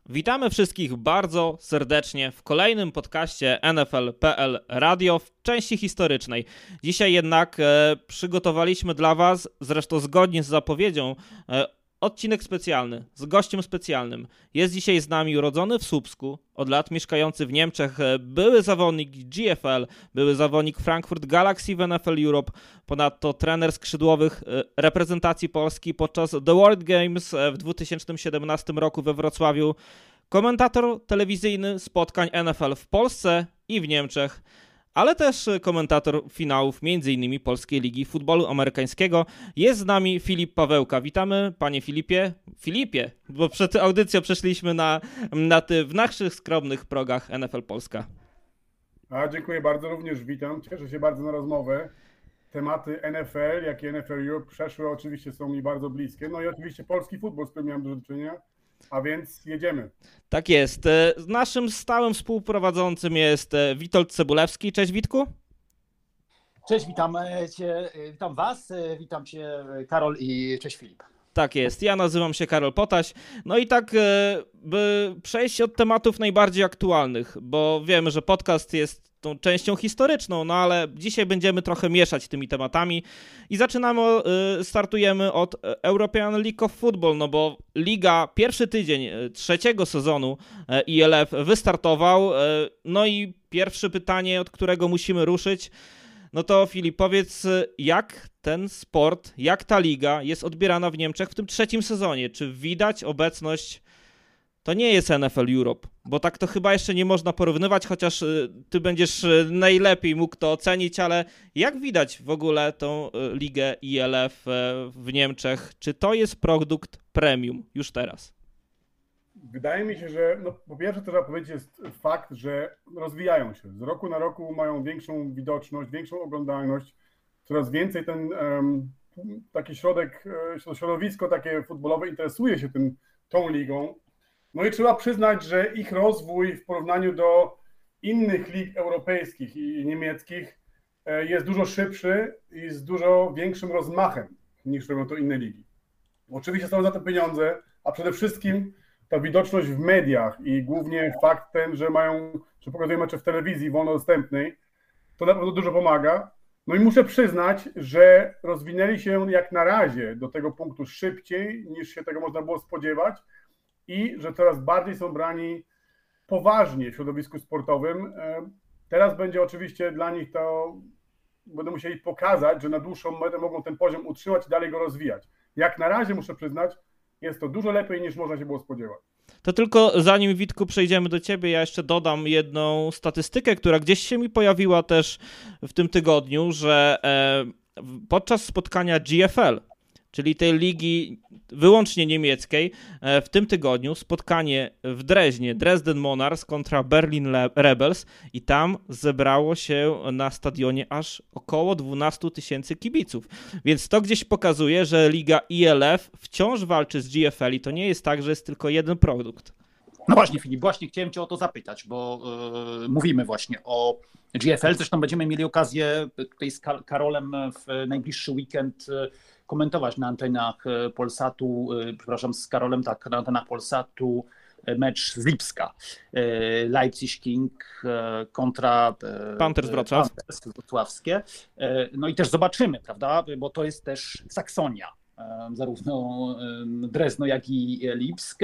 Witamy wszystkich bardzo serdecznie w kolejnym podcaście NFL.pl Radio w części historycznej. Dzisiaj jednak przygotowaliśmy dla Was, zresztą zgodnie z zapowiedzią, odcinek specjalny, z gościem specjalnym. Jest dzisiaj z nami urodzony w Słupsku, od lat mieszkający w Niemczech, były zawodnik GFL, były zawodnik Frankfurt Galaxy w NFL Europe, ponadto trener skrzydłowych reprezentacji Polski podczas The World Games w 2017 roku we Wrocławiu, komentator telewizyjny spotkań NFL w Polsce i w Niemczech, ale też komentator finałów m.in. Polskiej Ligi Futbolu Amerykańskiego. Jest z nami Filip Pawełka. Witamy, panie Filipie. Filipie, bo przed audycją przeszliśmy w naszych skromnych progach NFL Polska. Dziękuję bardzo, również witam. Cieszę się bardzo na rozmowę. Tematy NFL, jak i NFL Europe przeszłe oczywiście są mi bardzo bliskie. No i oczywiście polski futbol, z którym miałem dużo do czynienia. A więc jedziemy. Tak jest. Naszym stałym współprowadzącym jest Witold Cebulewski. Cześć Witku. Cześć, witam Was, witam Cię Karol i cześć Filip. Tak jest, ja nazywam się Karol Potaś. No i tak, by przejść od tematów najbardziej aktualnych, bo wiemy, że podcast jest tą częścią historyczną, no ale dzisiaj będziemy trochę mieszać tymi tematami i startujemy od European League of Football, no bo liga, pierwszy tydzień trzeciego sezonu ELF wystartował, no i pierwsze pytanie, od którego musimy ruszyć, no to Filip, powiedz, jak ten sport, jak ta liga jest odbierana w Niemczech w tym trzecim sezonie? Czy widać obecność, to nie jest NFL Europe, bo tak to chyba jeszcze nie można porównywać, chociaż ty będziesz najlepiej mógł to ocenić, ale jak widać w ogóle tą ligę ELF w Niemczech? Czy to jest produkt premium już teraz? Wydaje mi się, że po pierwsze trzeba powiedzieć jest fakt, że rozwijają się. Z roku na roku mają większą widoczność, większą oglądalność. Coraz więcej taki środowisko takie futbolowe interesuje się tą ligą. No i trzeba przyznać, że ich rozwój w porównaniu do innych lig europejskich i niemieckich jest dużo szybszy i z dużo większym rozmachem niż robią to inne ligi. Oczywiście są za to pieniądze, a przede wszystkim ta widoczność w mediach i głównie fakt ten, że pokazują mecze w telewizji wolnodostępnej, to na pewno dużo pomaga. No i muszę przyznać, że rozwinęli się jak na razie do tego punktu szybciej, niż się tego można było spodziewać i że coraz bardziej są brani poważnie w środowisku sportowym. Teraz będzie oczywiście dla nich będą musieli pokazać, że na dłuższą metę mogą ten poziom utrzymać i dalej go rozwijać. Jak na razie muszę przyznać, jest to dużo lepiej niż można się było spodziewać. To tylko zanim, Witku, przejdziemy do ciebie, ja jeszcze dodam jedną statystykę, która gdzieś się mi pojawiła też w tym tygodniu, że podczas spotkania GFL, czyli tej ligi wyłącznie niemieckiej, w tym tygodniu spotkanie w Dreźnie, Dresden Monarchs kontra Berlin Rebels i tam zebrało się na stadionie aż około 12 000 kibiców. Więc to gdzieś pokazuje, że liga ELF wciąż walczy z GFL i to nie jest tak, że jest tylko jeden produkt. No właśnie Filip, chciałem Cię o to zapytać, bo mówimy właśnie o GFL, zresztą będziemy mieli okazję tutaj z Karolem w najbliższy weekend komentować na antenach Polsatu, z Karolem, tak, na antenach Polsatu mecz z Lipska. Leipzig King kontra Panthers wrocławskie. No i też zobaczymy, prawda, bo to jest też Saksonia, zarówno Drezno, jak i Lipsk.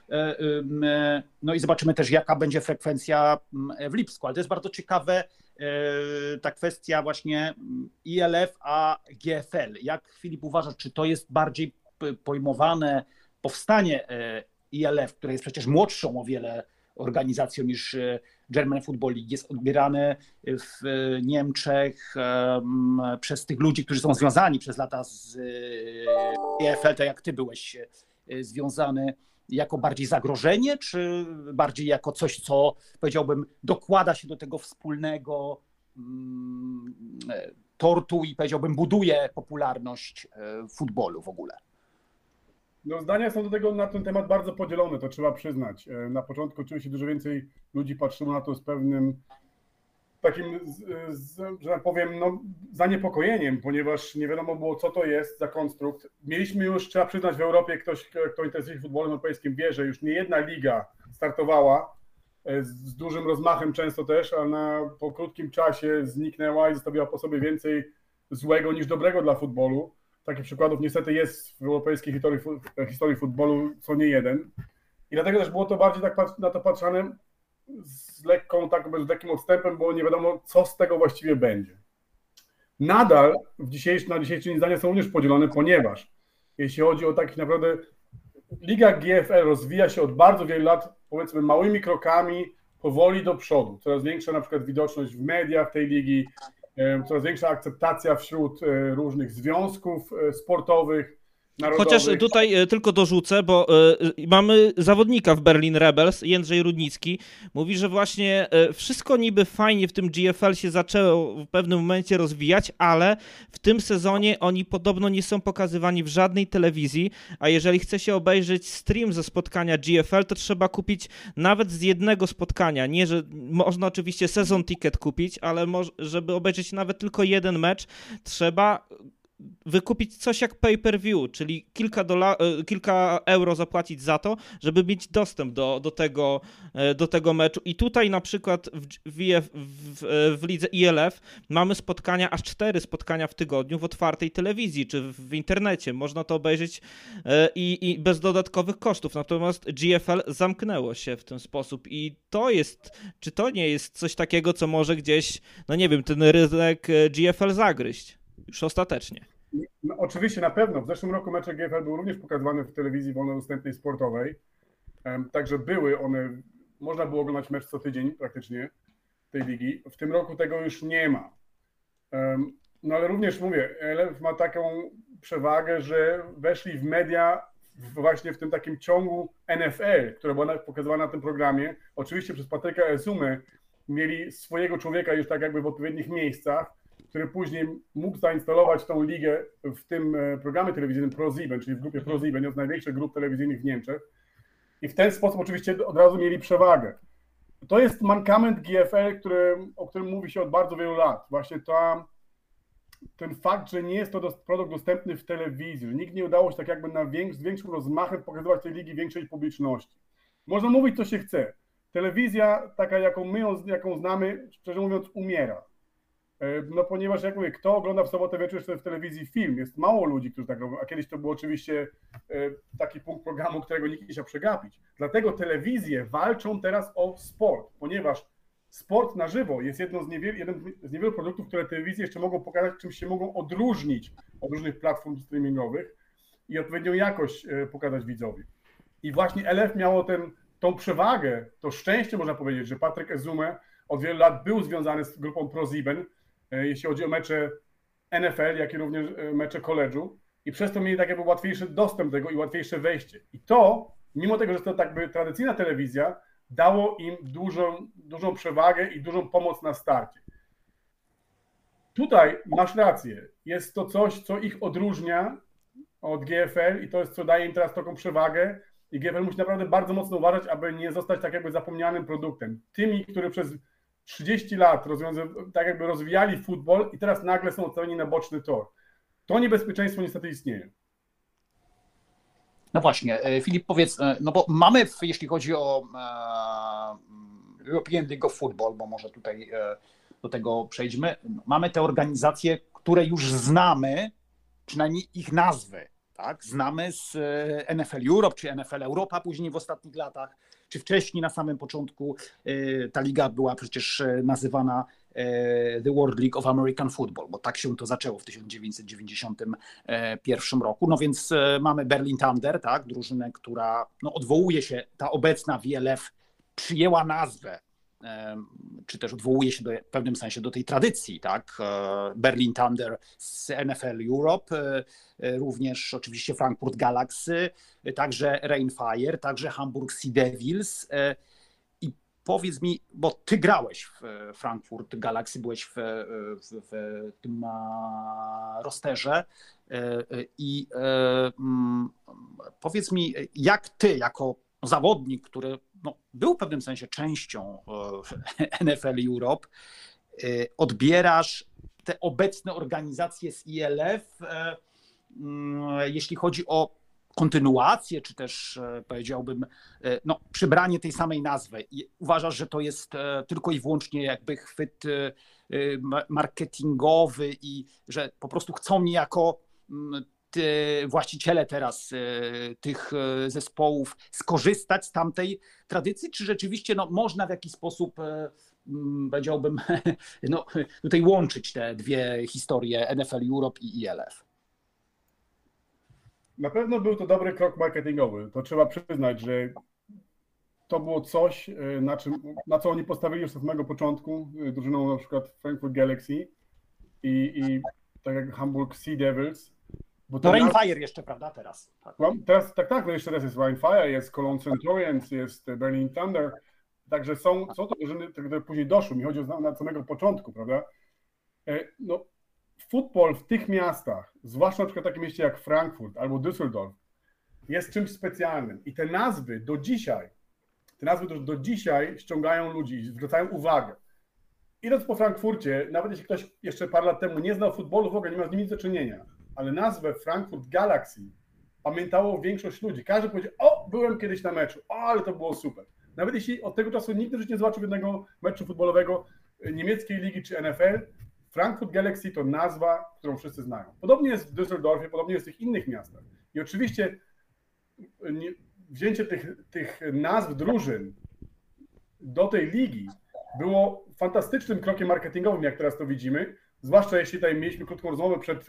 No i zobaczymy też, jaka będzie frekwencja w Lipsku, ale to jest bardzo ciekawe, ta kwestia właśnie ELF a GFL. Jak Filip uważa, czy to jest bardziej pojmowane powstanie ELF, które jest przecież młodszą o wiele organizacją niż German Football League, jest odbierane w Niemczech przez tych ludzi, którzy są związani przez lata z EFL, tak jak ty byłeś związany, jako bardziej zagrożenie, czy bardziej jako coś, co powiedziałbym dokłada się do tego wspólnego tortu i powiedziałbym buduje popularność futbolu w ogóle? No, zdania są do tego na ten temat bardzo podzielone, to trzeba przyznać. Na początku oczywiście dużo więcej ludzi patrzyło na to z pewnym takim, że tak powiem, zaniepokojeniem, ponieważ nie wiadomo było, co to jest za konstrukt. Mieliśmy już, trzeba przyznać, w Europie ktoś, kto interesuje się futbolem europejskim, wie, że już nie jedna liga startowała z dużym rozmachem często też, a po krótkim czasie zniknęła i zostawiła po sobie więcej złego niż dobrego dla futbolu. Takich przykładów niestety jest w europejskiej historii futbolu co nie jeden. I dlatego też było to bardziej tak na to patrzane z lekkim odstępem, bo nie wiadomo, co z tego właściwie będzie. Nadal na dzisiejszy dzień zdania są również podzielone, ponieważ jeśli chodzi o takich naprawdę, liga GFL rozwija się od bardzo wielu lat, powiedzmy małymi krokami, powoli do przodu. Coraz większa na przykład widoczność w mediach tej ligi, coraz większa akceptacja wśród różnych związków sportowych, narodowych. Chociaż tutaj tylko dorzucę, bo mamy zawodnika w Berlin Rebels, Jędrzej Rudnicki, mówi, że właśnie wszystko niby fajnie w tym GFL się zaczęło w pewnym momencie rozwijać, ale w tym sezonie oni podobno nie są pokazywani w żadnej telewizji, a jeżeli chce się obejrzeć stream ze spotkania GFL, to trzeba kupić nawet z jednego spotkania. Nie, że można oczywiście sezon ticket kupić, ale żeby obejrzeć nawet tylko jeden mecz, trzeba wykupić coś jak pay-per-view, czyli kilka euro zapłacić za to, żeby mieć dostęp do tego meczu. I tutaj na przykład w lidze ILF mamy spotkania, aż 4 spotkania w tygodniu w otwartej telewizji, czy w internecie. Można to obejrzeć i bez dodatkowych kosztów. Natomiast GFL zamknęło się w ten sposób i czy to nie jest coś takiego, co może gdzieś, no nie wiem, ten rynek GFL zagryźć? Już ostatecznie. No, oczywiście, na pewno. W zeszłym roku mecze GFL były również pokazywane w telewizji wolnodostępnej sportowej. Także były one, można było oglądać mecz co tydzień praktycznie tej ligi. W tym roku tego już nie ma. No ale również mówię, LF ma taką przewagę, że weszli w media właśnie w tym takim ciągu NFL, która była pokazywana na tym programie. Oczywiście przez Patryka Ezumę mieli swojego człowieka już tak jakby w odpowiednich miejscach, który później mógł zainstalować tą ligę w tym programie telewizyjnym ProSieben, czyli w grupie ProSieben, jedną z największych grup telewizyjnych w Niemczech. I w ten sposób oczywiście od razu mieli przewagę. To jest mankament GFL, o którym mówi się od bardzo wielu lat. Właśnie ten fakt, że nie jest to produkt dostępny w telewizji, że nikt nie udało się tak jakby z większym rozmachem pokazywać tej ligi większej publiczności. Można mówić, co się chce. Telewizja, taka jaką znamy, szczerze mówiąc, umiera. No ponieważ, jak mówię, kto ogląda w sobotę wieczór w telewizji film? Jest mało ludzi, którzy tak robią, a kiedyś to był oczywiście taki punkt programu, którego nikt nie chciał przegapić. Dlatego telewizje walczą teraz o sport, ponieważ sport na żywo jest jeden z niewielu produktów, które telewizje jeszcze mogą pokazać, czym się mogą odróżnić od różnych platform streamingowych i odpowiednią jakość pokazać widzowi. I właśnie LF miało tą przewagę, to szczęście można powiedzieć, że Patryk Ezumę od wielu lat był związany z grupą ProSieben, jeśli chodzi o mecze NFL, jak i również mecze college'u i przez to mieli tak jakby łatwiejszy dostęp do tego i łatwiejsze wejście. I to, mimo tego, że to tak by tradycyjna telewizja, dało im dużą przewagę i dużą pomoc na starcie. Tutaj masz rację, jest to coś, co ich odróżnia od GFL i to jest, co daje im teraz taką przewagę i GFL musi naprawdę bardzo mocno uważać, aby nie zostać tak jakby zapomnianym produktem. Tymi, którzy przez 30 lat tak jakby rozwijali futbol i teraz nagle są odstawieni na boczny tor. To niebezpieczeństwo niestety istnieje. No właśnie, Filip, powiedz, no bo mamy, jeśli chodzi o European League of Football, bo może tutaj do tego przejdźmy, mamy te organizacje, które już znamy, przynajmniej ich nazwy, tak? Znamy z NFL Europe, czy NFL Europa później w ostatnich latach, czy wcześniej na samym początku ta liga była przecież nazywana The World League of American Football, bo tak się to zaczęło w 1991 roku. No więc mamy Berlin Thunder, tak? Drużynę, która odwołuje się, ta obecna WLF przyjęła nazwę, czy też odwołuje się w pewnym sensie do tej tradycji, tak? Berlin Thunder z NFL Europe, również oczywiście Frankfurt Galaxy, także Rhein-Fire, także Hamburg Sea Devils. I powiedz mi, bo ty grałeś w Frankfurt Galaxy, byłeś w tym rosterze i powiedz mi, jak ty jako zawodnik, który był w pewnym sensie częścią NFL Europe, odbierasz te obecne organizacje z ILF, jeśli chodzi o kontynuację, czy też powiedziałbym, no, przybranie tej samej nazwy. I uważasz, że to jest tylko i wyłącznie jakby chwyt marketingowy i że po prostu chcą niejako właściciele teraz tych zespołów skorzystać z tamtej tradycji, czy rzeczywiście no, można w jakiś sposób, powiedziałbym, no, tutaj łączyć te dwie historie NFL Europe i ELF? Na pewno był to dobry krok marketingowy. To trzeba przyznać, że to było coś, na co oni postawili już od samego początku, drużyną na przykład Frankfurt Galaxy i tak jak Hamburg Sea Devils. Bo to Rheinfire jeszcze, prawda, teraz? Tak, no jeszcze raz jest Rheinfire, jest Cologne Centurions, jest Berlin Thunder, także są to drużyny, które później doszły, mi chodzi o samego początku, prawda? No, futbol w tych miastach, zwłaszcza na przykład w takim mieście jak Frankfurt albo Düsseldorf, jest czymś specjalnym i te nazwy do dzisiaj ściągają ludzi i zwracają uwagę. Idąc po Frankfurcie, nawet jeśli ktoś jeszcze parę lat temu nie znał futbolu, w ogóle nie ma z nim nic do czynienia, ale nazwę Frankfurt Galaxy pamiętało większość ludzi. Każdy powiedział, o, byłem kiedyś na meczu, o, ale to było super. Nawet jeśli od tego czasu nigdy już nie zobaczył jednego meczu futbolowego niemieckiej ligi czy NFL, Frankfurt Galaxy to nazwa, którą wszyscy znają. Podobnie jest w Düsseldorfie, podobnie jest w tych innych miastach. I oczywiście wzięcie tych nazw drużyn do tej ligi było fantastycznym krokiem marketingowym, jak teraz to widzimy, zwłaszcza jeśli tutaj mieliśmy krótką rozmowę przed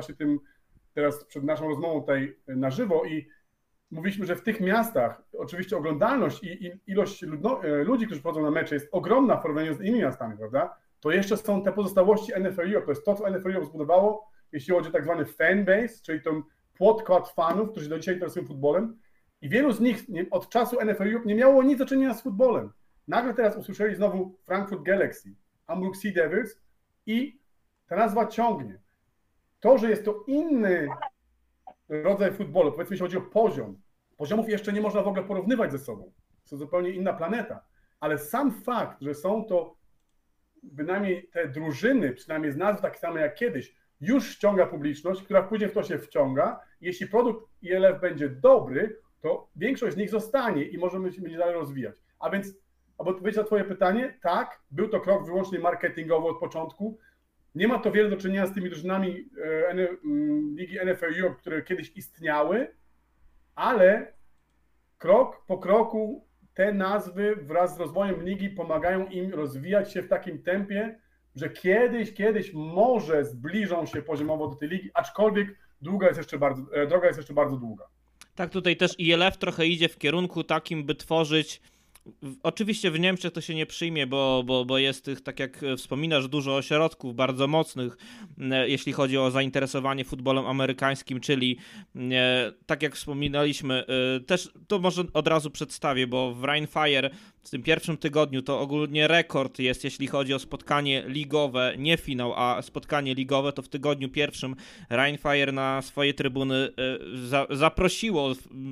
naszą rozmową tutaj na żywo i mówiliśmy, że w tych miastach oczywiście oglądalność i ilość ludzi, którzy przychodzą na mecze jest ogromna w porównaniu z innymi miastami, prawda? To jeszcze są te pozostałości NFL Europe, to jest to, co NFL Europe zbudowało, jeśli chodzi o tak zwany fanbase, czyli ten podkład fanów, którzy do dzisiaj interesują futbolem i wielu z nich od czasu NFL Europe nie miało nic do czynienia z futbolem. Nagle teraz usłyszeli znowu Frankfurt Galaxy, Hamburg Sea Devils i ta nazwa ciągnie. To, że jest to inny rodzaj futbolu, powiedzmy, jeśli chodzi o poziom, poziomów jeszcze nie można w ogóle porównywać ze sobą. To zupełnie inna planeta. Ale sam fakt, że są to bynajmniej te drużyny, przynajmniej z nazw takie same jak kiedyś, już ściąga publiczność, która później w to się wciąga. Jeśli produkt ELF będzie dobry, to większość z nich zostanie i możemy się będzie dalej rozwijać. A więc, aby odpowiedzieć na twoje pytanie, tak, był to krok wyłącznie marketingowy od początku. Nie ma to wiele do czynienia z tymi drużynami ligi NFL Europe, które kiedyś istniały, ale krok po kroku te nazwy wraz z rozwojem ligi pomagają im rozwijać się w takim tempie, że kiedyś może zbliżą się poziomowo do tej ligi, aczkolwiek droga jest jeszcze bardzo długa. Tak, tutaj też ELF trochę idzie w kierunku takim, by tworzyć. Oczywiście w Niemczech to się nie przyjmie, bo jest tych, tak jak wspominasz, dużo ośrodków bardzo mocnych, jeśli chodzi o zainteresowanie futbolem amerykańskim, czyli tak jak wspominaliśmy, też to może od razu przedstawię, bo w Rheinfire w tym pierwszym tygodniu to ogólnie rekord jest, jeśli chodzi o spotkanie ligowe, nie finał, a spotkanie ligowe, to w tygodniu pierwszym Rheinfire na swoje trybuny zaprosiło,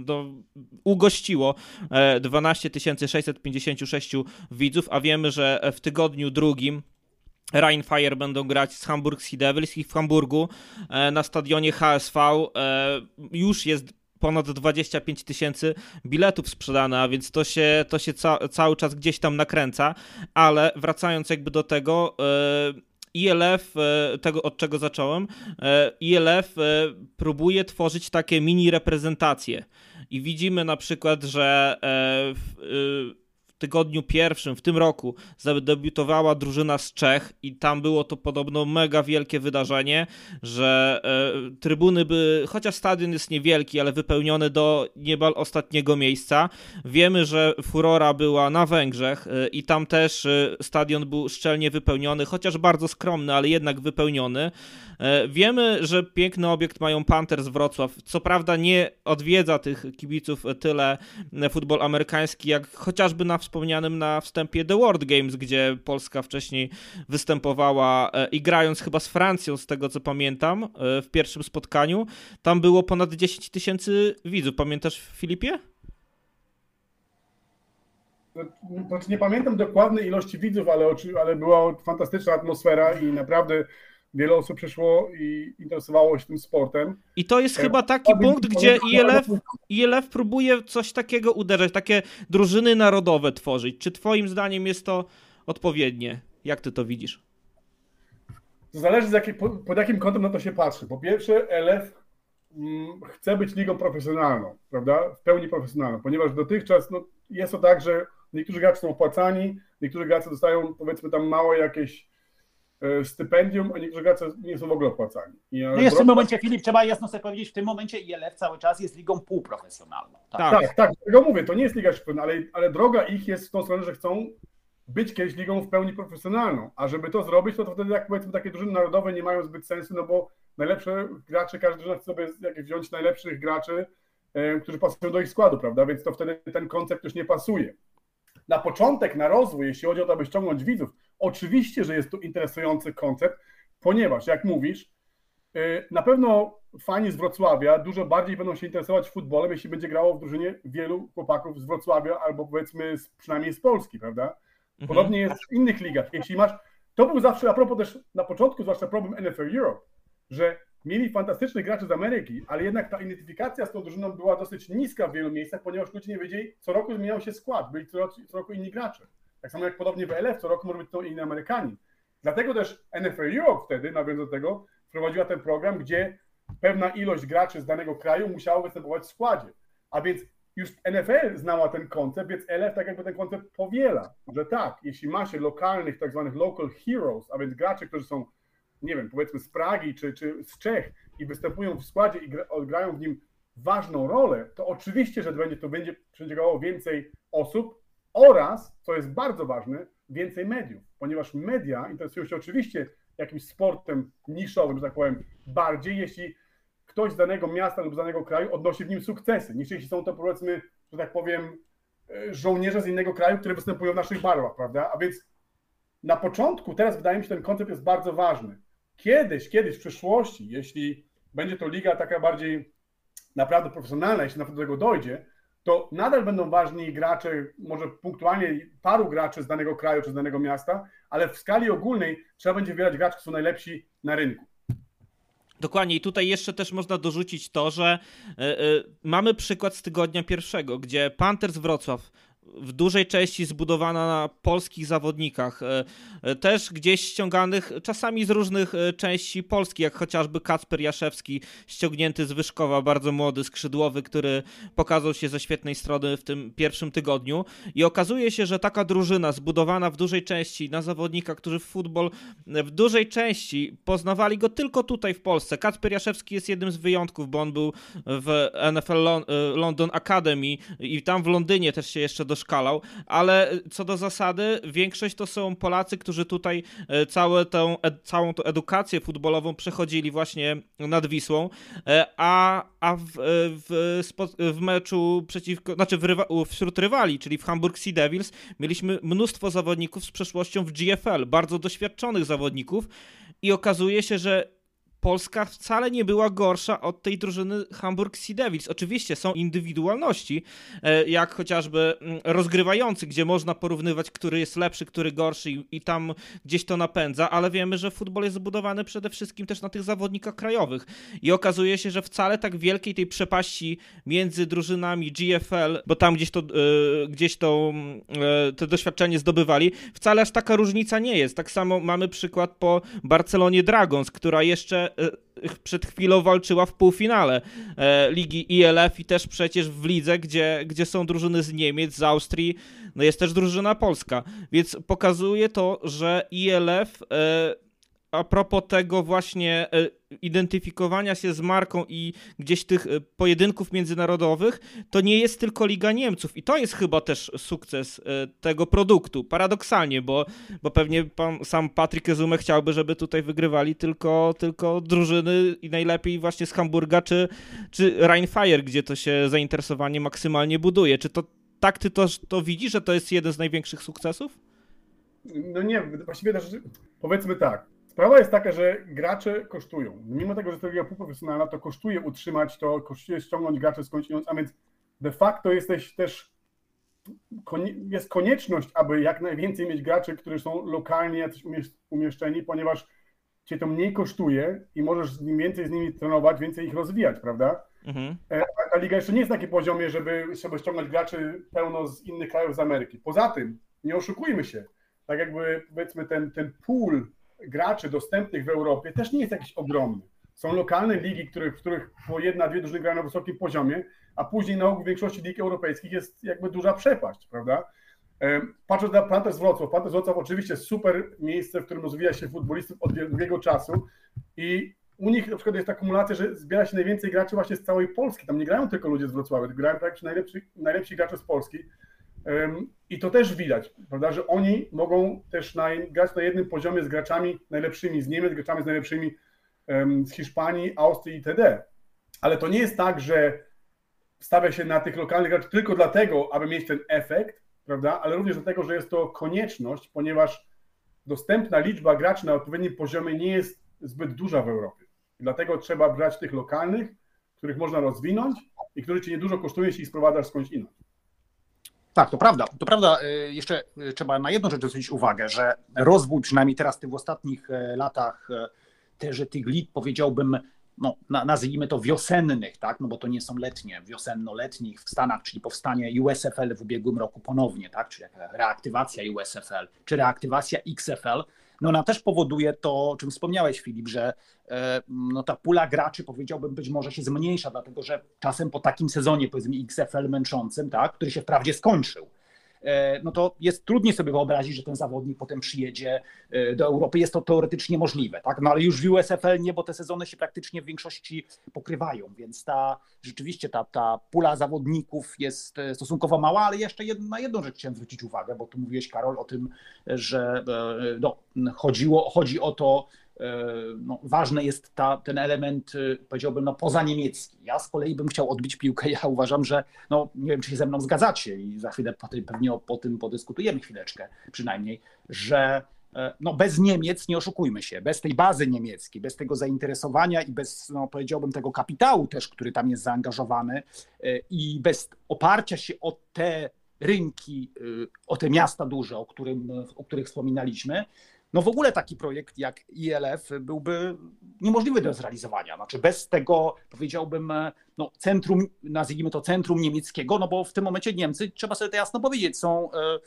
ugościło 12 656 widzów, a wiemy, że w tygodniu drugim Rheinfire będą grać z Hamburg Sea Devils i w Hamburgu na stadionie HSV już jest ponad 25 000 biletów sprzedane, a więc to się cały czas gdzieś tam nakręca, ale wracając jakby do tego, ELF, tego od czego zacząłem, ELF próbuje tworzyć takie mini reprezentacje i widzimy na przykład, że w tygodniu pierwszym w tym roku zadebiutowała drużyna z Czech i tam było to podobno mega wielkie wydarzenie, że trybuny chociaż stadion jest niewielki, ale wypełniony do niemal ostatniego miejsca. Wiemy, że furora była na Węgrzech i tam też stadion był szczelnie wypełniony, chociaż bardzo skromny, ale jednak wypełniony. Wiemy, że piękny obiekt mają Panthers Wrocław. Co prawda nie odwiedza tych kibiców tyle futbol amerykański, jak chociażby na wspomnianym na wstępie The World Games, gdzie Polska wcześniej występowała i grając chyba z Francją, z tego co pamiętam, w pierwszym spotkaniu. Tam było ponad 10 000 widzów. Pamiętasz, Filipie? Znaczy nie pamiętam dokładnej ilości widzów, ale była fantastyczna atmosfera i naprawdę wiele osób przyszło i interesowało się tym sportem. I to jest chyba taki punkt, gdzie ILF próbuje coś takiego uderzać, takie drużyny narodowe tworzyć. Czy twoim zdaniem jest to odpowiednie? Jak ty to widzisz? To zależy pod jakim kątem na to się patrzy. Po pierwsze, LF chce być ligą profesjonalną, prawda? W pełni profesjonalną, ponieważ dotychczas jest to tak, że niektórzy gracze są opłacani, niektórzy gracze dostają, powiedzmy, tam małe jakieś stypendium, a niektórzy gracze nie są w ogóle opłacani. No jest w tym momencie, Filip, trzeba jasno sobie powiedzieć, w tym momencie ILF cały czas jest ligą półprofesjonalną. Tak, tego mówię, to nie jest liga profesjonalna, ale droga ich jest w tą stronę, że chcą być kiedyś ligą w pełni profesjonalną, a żeby to zrobić, to wtedy jak powiedzmy takie drużyny narodowe nie mają zbyt sensu, no bo najlepsze gracze, każdy drużyna chce sobie wziąć najlepszych graczy, którzy pasują do ich składu, prawda, więc to wtedy ten koncept już nie pasuje. Na początek, na rozwój, jeśli chodzi o to, aby ściągnąć widzów, oczywiście, że jest to interesujący koncept, ponieważ, jak mówisz, na pewno fani z Wrocławia dużo bardziej będą się interesować futbolem, jeśli będzie grało w drużynie wielu chłopaków z Wrocławia albo powiedzmy przynajmniej z Polski, prawda? Podobnie jest w innych ligach. Jeśli masz, to był zawsze, a propos też na początku, zwłaszcza problem NFL Europe, że mieli fantastycznych graczy z Ameryki, ale jednak ta identyfikacja z tą drużyną była dosyć niska w wielu miejscach, ponieważ ludzie nie wiedzieli, co roku zmieniał się skład, byli co roku inni gracze. Tak samo jak podobnie w LF, co roku może być to inny Amerykanin. Dlatego też NFL Europe wtedy, nawiązując do tego, wprowadziła ten program, gdzie pewna ilość graczy z danego kraju musiała występować w składzie. A więc już NFL znała ten koncept, więc LF tak jakby ten koncept powiela, że tak, jeśli ma się lokalnych, tak zwanych local heroes, a więc gracze, którzy są, nie wiem, powiedzmy z Pragi czy z Czech i występują w składzie i odgrają w nim ważną rolę, to oczywiście, że będzie przyciągało więcej osób oraz, co jest bardzo ważne, więcej mediów, ponieważ media interesują się oczywiście jakimś sportem niszowym, że tak powiem, bardziej, jeśli ktoś z danego miasta lub z danego kraju odnosi w nim sukcesy, niż jeśli są to, powiedzmy, że tak powiem, żołnierze z innego kraju, które występują w naszych barwach, prawda? A więc na początku, teraz wydaje mi się, ten koncept jest bardzo ważny. Kiedyś w przyszłości, jeśli będzie to liga taka bardziej naprawdę profesjonalna, jeśli naprawdę do tego dojdzie, to nadal będą ważni gracze, może punktualnie paru graczy z danego kraju czy z danego miasta, ale w skali ogólnej trzeba będzie wybierać graczy, którzy są najlepsi na rynku. Dokładnie i tutaj jeszcze też można dorzucić to, że mamy przykład z tygodnia pierwszego, gdzie Panthers Wrocław w dużej części zbudowana na polskich zawodnikach, też gdzieś ściąganych czasami z różnych części Polski, jak chociażby Kacper Jaszewski, ściągnięty z Wyszkowa, bardzo młody, skrzydłowy, który pokazał się ze świetnej strony w tym pierwszym tygodniu i okazuje się, że taka drużyna zbudowana w dużej części na zawodnika, którzy w futbol w dużej części poznawali go tylko tutaj w Polsce. Kacper Jaszewski jest jednym z wyjątków, bo on był w NFL London Academy i tam w Londynie też się jeszcze doszkalał, ale co do zasady większość to są Polacy, którzy tutaj całą tą edukację futbolową przechodzili właśnie nad Wisłą, a w meczu wśród rywali, czyli w Hamburg Sea Devils, mieliśmy mnóstwo zawodników z przeszłością w GFL, bardzo doświadczonych zawodników i okazuje się, że Polska wcale nie była gorsza od tej drużyny Hamburg Sea Devils. Oczywiście są indywidualności, jak chociażby rozgrywający, gdzie można porównywać, który jest lepszy, który gorszy i tam gdzieś to napędza, ale wiemy, że futbol jest zbudowany przede wszystkim też na tych zawodnikach krajowych. I okazuje się, że wcale tak wielkiej tej przepaści między drużynami GFL, bo tam gdzieś to doświadczenie zdobywali, wcale aż taka różnica nie jest. Tak samo mamy przykład po Barcelonie Dragons, która jeszcze przed chwilą walczyła w półfinale ligi ILF i też przecież w lidze, gdzie są drużyny z Niemiec, z Austrii, no jest też drużyna polska, więc pokazuje to, że ILF a propos tego właśnie identyfikowania się z marką i gdzieś tych pojedynków międzynarodowych, to nie jest tylko Liga Niemców i to jest chyba też sukces tego produktu, paradoksalnie, bo pewnie sam Patryk Ezume chciałby, żeby tutaj wygrywali tylko drużyny i najlepiej właśnie z Hamburga czy Rhein-Fire, gdzie to się zainteresowanie maksymalnie buduje. Czy to tak ty to widzisz, że to jest jeden z największych sukcesów? No nie, właściwie też powiedzmy tak. Sprawa jest taka, że gracze kosztują. Mimo tego, że to jest liga półprofesjonalna, to kosztuje utrzymać to, kosztuje ściągnąć graczy skądinąd, a więc de facto jest konieczność, aby jak najwięcej mieć graczy, którzy są lokalnie jacyś umieszczeni, ponieważ cię to mniej kosztuje i możesz więcej z nimi trenować, więcej ich rozwijać, prawda? Ta liga jeszcze nie jest na takim poziomie, żeby ściągnąć graczy pełno z innych krajów z Ameryki. Poza tym, nie oszukujmy się, tak jakby powiedzmy ten pool graczy dostępnych w Europie też nie jest jakiś ogromny. Są lokalne ligi, w których po jedna, dwie drużyny grają na wysokim poziomie, a później na ogół w większości lig europejskich jest jakby duża przepaść, prawda? Patrząc na Panthers Wrocław oczywiście super miejsce, w którym rozwija się futbolistów od długiego czasu i u nich na przykład jest ta kumulacja, że zbiera się najwięcej graczy właśnie z całej Polski. Tam nie grają tylko ludzie z Wrocławia, tylko grają praktycznie najlepsi gracze z Polski. I to też widać, prawda, że oni mogą też grać na jednym poziomie z graczami najlepszymi z Niemiec, graczami z najlepszymi z Hiszpanii, Austrii itd. Ale to nie jest tak, że stawia się na tych lokalnych graczy tylko dlatego, aby mieć ten efekt, prawda, ale również dlatego, że jest to konieczność, ponieważ dostępna liczba graczy na odpowiednim poziomie nie jest zbyt duża w Europie. I dlatego trzeba brać tych lokalnych, których można rozwinąć i którzy cię niedużo kosztują, jeśli ich sprowadzasz skądś inąd. Tak, to prawda. To prawda, jeszcze trzeba na jedną rzecz zwrócić uwagę, że rozwój przynajmniej teraz w ostatnich latach tych lig, powiedziałbym, no, nazwijmy to wiosennych, tak? No bo to nie są letnie, wiosenno-letnich w Stanach, czyli powstanie USFL w ubiegłym roku ponownie, tak? Czyli reaktywacja USFL, czy reaktywacja XFL, no ona też powoduje to, o czym wspomniałeś, Filip, że no, ta pula graczy, powiedziałbym, być może się zmniejsza, dlatego że czasem po takim sezonie, powiedzmy XFL męczącym, tak? Który się wprawdzie skończył, no to jest trudniej sobie wyobrazić, że ten zawodnik potem przyjedzie do Europy. Jest to teoretycznie możliwe, tak? No ale już w USFL nie, bo te sezony się praktycznie w większości pokrywają, więc rzeczywiście ta pula zawodników jest stosunkowo mała, ale jeszcze na jedną rzecz chciałem zwrócić uwagę, bo tu mówiłeś, Karol, o tym, że no, chodzi o to, no, ważny jest ten element, powiedziałbym, no, pozaniemiecki. Ja z kolei bym chciał odbić piłkę. Ja uważam, że, no, nie wiem, czy się ze mną zgadzacie i za chwilę pewnie po tym podyskutujemy chwileczkę przynajmniej, że no, bez Niemiec, nie oszukujmy się, bez tej bazy niemieckiej, bez tego zainteresowania i bez, no, powiedziałbym, tego kapitału też, który tam jest zaangażowany i bez oparcia się o te rynki, o te miasta duże, o których wspominaliśmy, no w ogóle taki projekt jak ILF byłby niemożliwy do zrealizowania. Znaczy bez tego, powiedziałbym, no centrum, nazwijmy to centrum niemieckiego, no bo w tym momencie Niemcy, trzeba sobie to jasno powiedzieć, są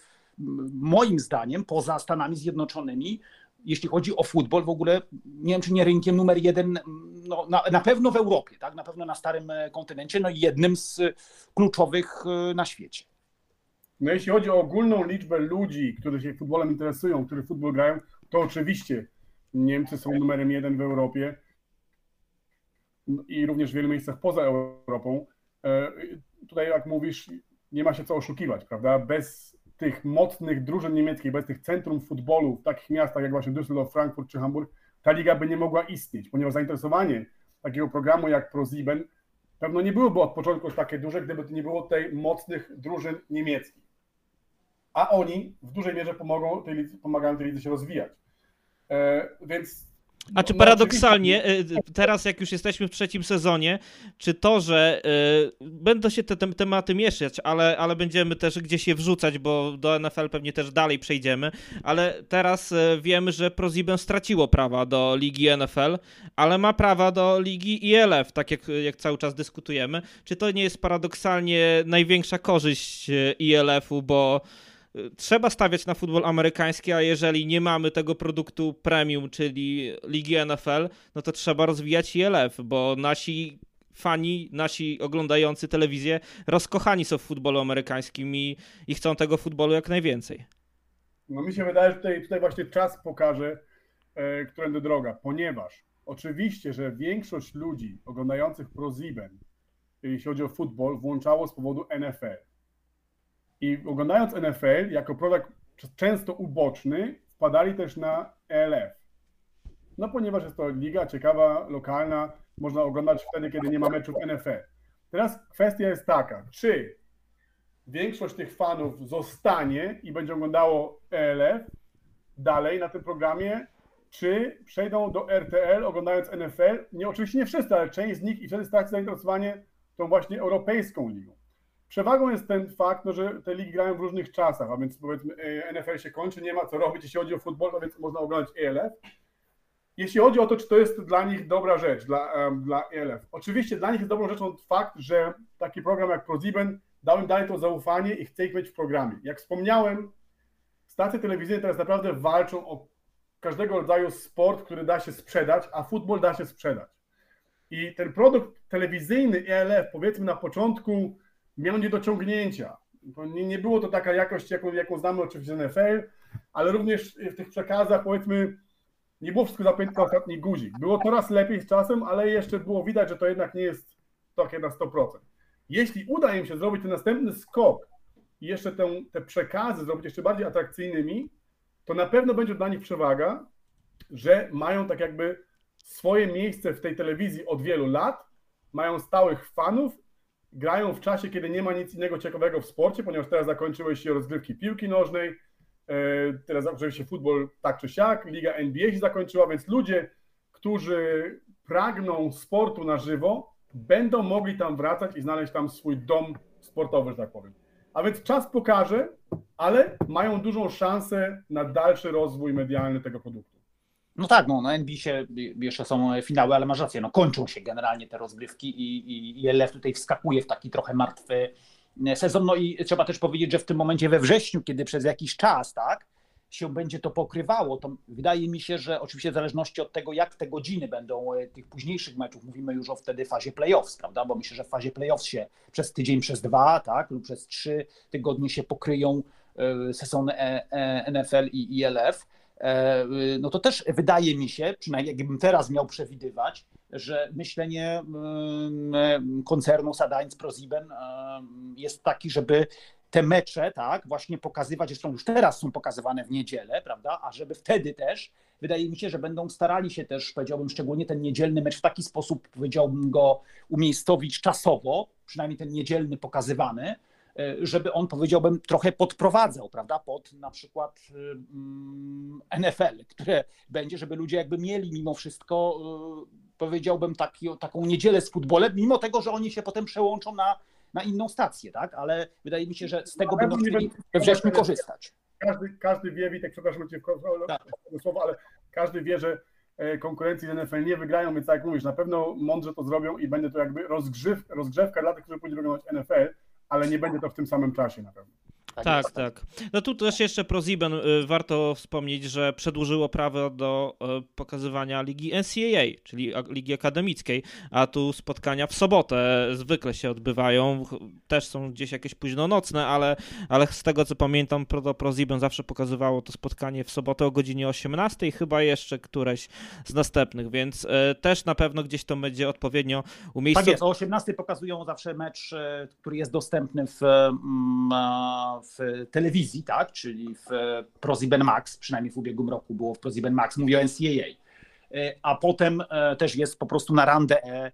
moim zdaniem poza Stanami Zjednoczonymi, jeśli chodzi o futbol, w ogóle nie wiem, czy nie rynkiem numer jeden, no, na pewno w Europie, tak? Na pewno na starym kontynencie, no i jednym z kluczowych na świecie. No jeśli chodzi o ogólną liczbę ludzi, którzy się futbolem interesują, którzy futbol grają, to oczywiście Niemcy są numerem jeden w Europie i również w wielu miejscach poza Europą. Tutaj, jak mówisz, nie ma się co oszukiwać, prawda? Bez tych mocnych drużyn niemieckich, bez tych centrum futbolu w takich miastach jak właśnie Düsseldorf, Frankfurt czy Hamburg, ta liga by nie mogła istnieć, ponieważ zainteresowanie takiego programu jak ProSieben pewno nie byłoby od początku już takie duże, gdyby nie było tutaj mocnych drużyn niemieckich. A oni w dużej mierze pomagają tej lidze się rozwijać. Więc A czy paradoksalnie, teraz jak już jesteśmy w trzecim sezonie, czy to, że będą się te tematy mieszać, ale będziemy też gdzieś je wrzucać, bo do NFL pewnie też dalej przejdziemy, ale teraz wiemy, że ProSieben straciło prawa do ligi NFL, ale ma prawa do ligi ILF, tak jak cały czas dyskutujemy. Czy to nie jest paradoksalnie największa korzyść ILF-u, bo trzeba stawiać na futbol amerykański, a jeżeli nie mamy tego produktu premium, czyli ligi NFL, no to trzeba rozwijać ILF, bo nasi fani, nasi oglądający telewizję rozkochani są w futbolu amerykańskim i chcą tego futbolu jak najwięcej. No mi się wydaje, że tutaj właśnie czas pokaże, którędy droga, ponieważ oczywiście, że większość ludzi oglądających ProSieben, jeśli chodzi o futbol, włączało z powodu NFL. I oglądając NFL jako produkt często uboczny, wpadali też na ELF. No ponieważ jest to liga ciekawa, lokalna, można oglądać wtedy, kiedy nie ma meczów NFL. Teraz kwestia jest taka, czy większość tych fanów zostanie i będzie oglądało ELF dalej na tym programie, czy przejdą do RTL oglądając NFL. Oczywiście nie wszyscy, ale część z nich i wtedy straci zainteresowanie tą właśnie europejską ligą. Przewagą jest ten fakt, no, że te ligi grają w różnych czasach, a więc powiedzmy NFL się kończy, nie ma co robić, jeśli chodzi o futbol, no więc można oglądać ELF. jeśli chodzi o to, czy to jest dla nich dobra rzecz, dla ELF, oczywiście dla nich jest dobrą rzeczą fakt, że taki program jak ProSieben dał im dalej to zaufanie i chce ich mieć w programie. Jak wspomniałem, stacje telewizyjne teraz naprawdę walczą o każdego rodzaju sport, który da się sprzedać, a futbol da się sprzedać. I ten produkt telewizyjny ELF, powiedzmy na początku, miał niedociągnięcia. Nie było to taka jakość, jaką znamy oczywiście z NFL, ale również w tych przekazach, powiedzmy, nie było wszystko zapięte na ostatni guzik. Było coraz lepiej z czasem, ale jeszcze było widać, że to jednak nie jest takie na 100%. Jeśli uda im się zrobić ten następny skok i jeszcze te przekazy zrobić jeszcze bardziej atrakcyjnymi, to na pewno będzie dla nich przewaga, że mają tak jakby swoje miejsce w tej telewizji od wielu lat, mają stałych fanów, grają w czasie, kiedy nie ma nic innego ciekawego w sporcie, ponieważ teraz zakończyły się rozgrywki piłki nożnej, teraz zakończył się futbol tak czy siak, liga NBA się zakończyła, więc ludzie, którzy pragną sportu na żywo, będą mogli tam wracać i znaleźć tam swój dom sportowy, że tak powiem. A więc czas pokaże, ale mają dużą szansę na dalszy rozwój medialny tego produktu. No tak, no NBA jeszcze są finały, ale masz rację, no kończą się generalnie te rozgrywki i LF tutaj wskakuje w taki trochę martwy sezon. No i trzeba też powiedzieć, że w tym momencie we wrześniu, kiedy przez jakiś czas, tak, się będzie to pokrywało, to wydaje mi się, że oczywiście w zależności od tego, jak te godziny będą tych późniejszych meczów, mówimy już o wtedy fazie playoffs, prawda, bo myślę, że w fazie playoffs się przez tydzień, przez 2, tak, lub przez 3 tygodnie się pokryją sezony NFL i ILF, no to też wydaje mi się, przynajmniej jakbym teraz miał przewidywać, że myślenie koncernu Sat.1 ProSieben jest taki, żeby te mecze, tak, właśnie pokazywać, zresztą już teraz są pokazywane w niedzielę, prawda, a żeby wtedy też, wydaje mi się, że będą starali się też, powiedziałbym, szczególnie ten niedzielny mecz w taki sposób, powiedziałbym, go umiejscowić czasowo, przynajmniej ten niedzielny pokazywany, żeby on, powiedziałbym, trochę podprowadzał, prawda, pod na przykład NFL, które będzie, żeby ludzie jakby mieli mimo wszystko, powiedziałbym, taką niedzielę z futbolem, mimo tego, że oni się potem przełączą na inną stację, tak, ale wydaje mi się, że z tego będą chcieli we wrześniu korzystać. Każdy wie, Witek, przepraszam cię w słowo, ale każdy wie, że konkurencji z NFL nie wygrają, więc tak jak mówisz, na pewno mądrze to zrobią i będzie to jakby rozgrzewka dla tych, którzy pójdą oglądać NFL, ale nie będzie to w tym samym czasie na pewno. Tak, tak. No tu też jeszcze ProSieben warto wspomnieć, że przedłużyło prawo do pokazywania ligi NCAA, czyli ligi akademickiej, a tu spotkania w sobotę zwykle się odbywają, też są gdzieś jakieś późnonocne, ale z tego co pamiętam, ProSieben zawsze pokazywało to spotkanie w sobotę o godzinie 18, chyba jeszcze któreś z następnych, więc też na pewno gdzieś to będzie odpowiednio umiejscowione. Tak jest, o 18 pokazują zawsze mecz, który jest dostępny w telewizji, tak, czyli w ProSieben Max, przynajmniej w ubiegłym roku było w ProSieben Max, mówię o NCAA, a potem też jest po prostu na RAN.de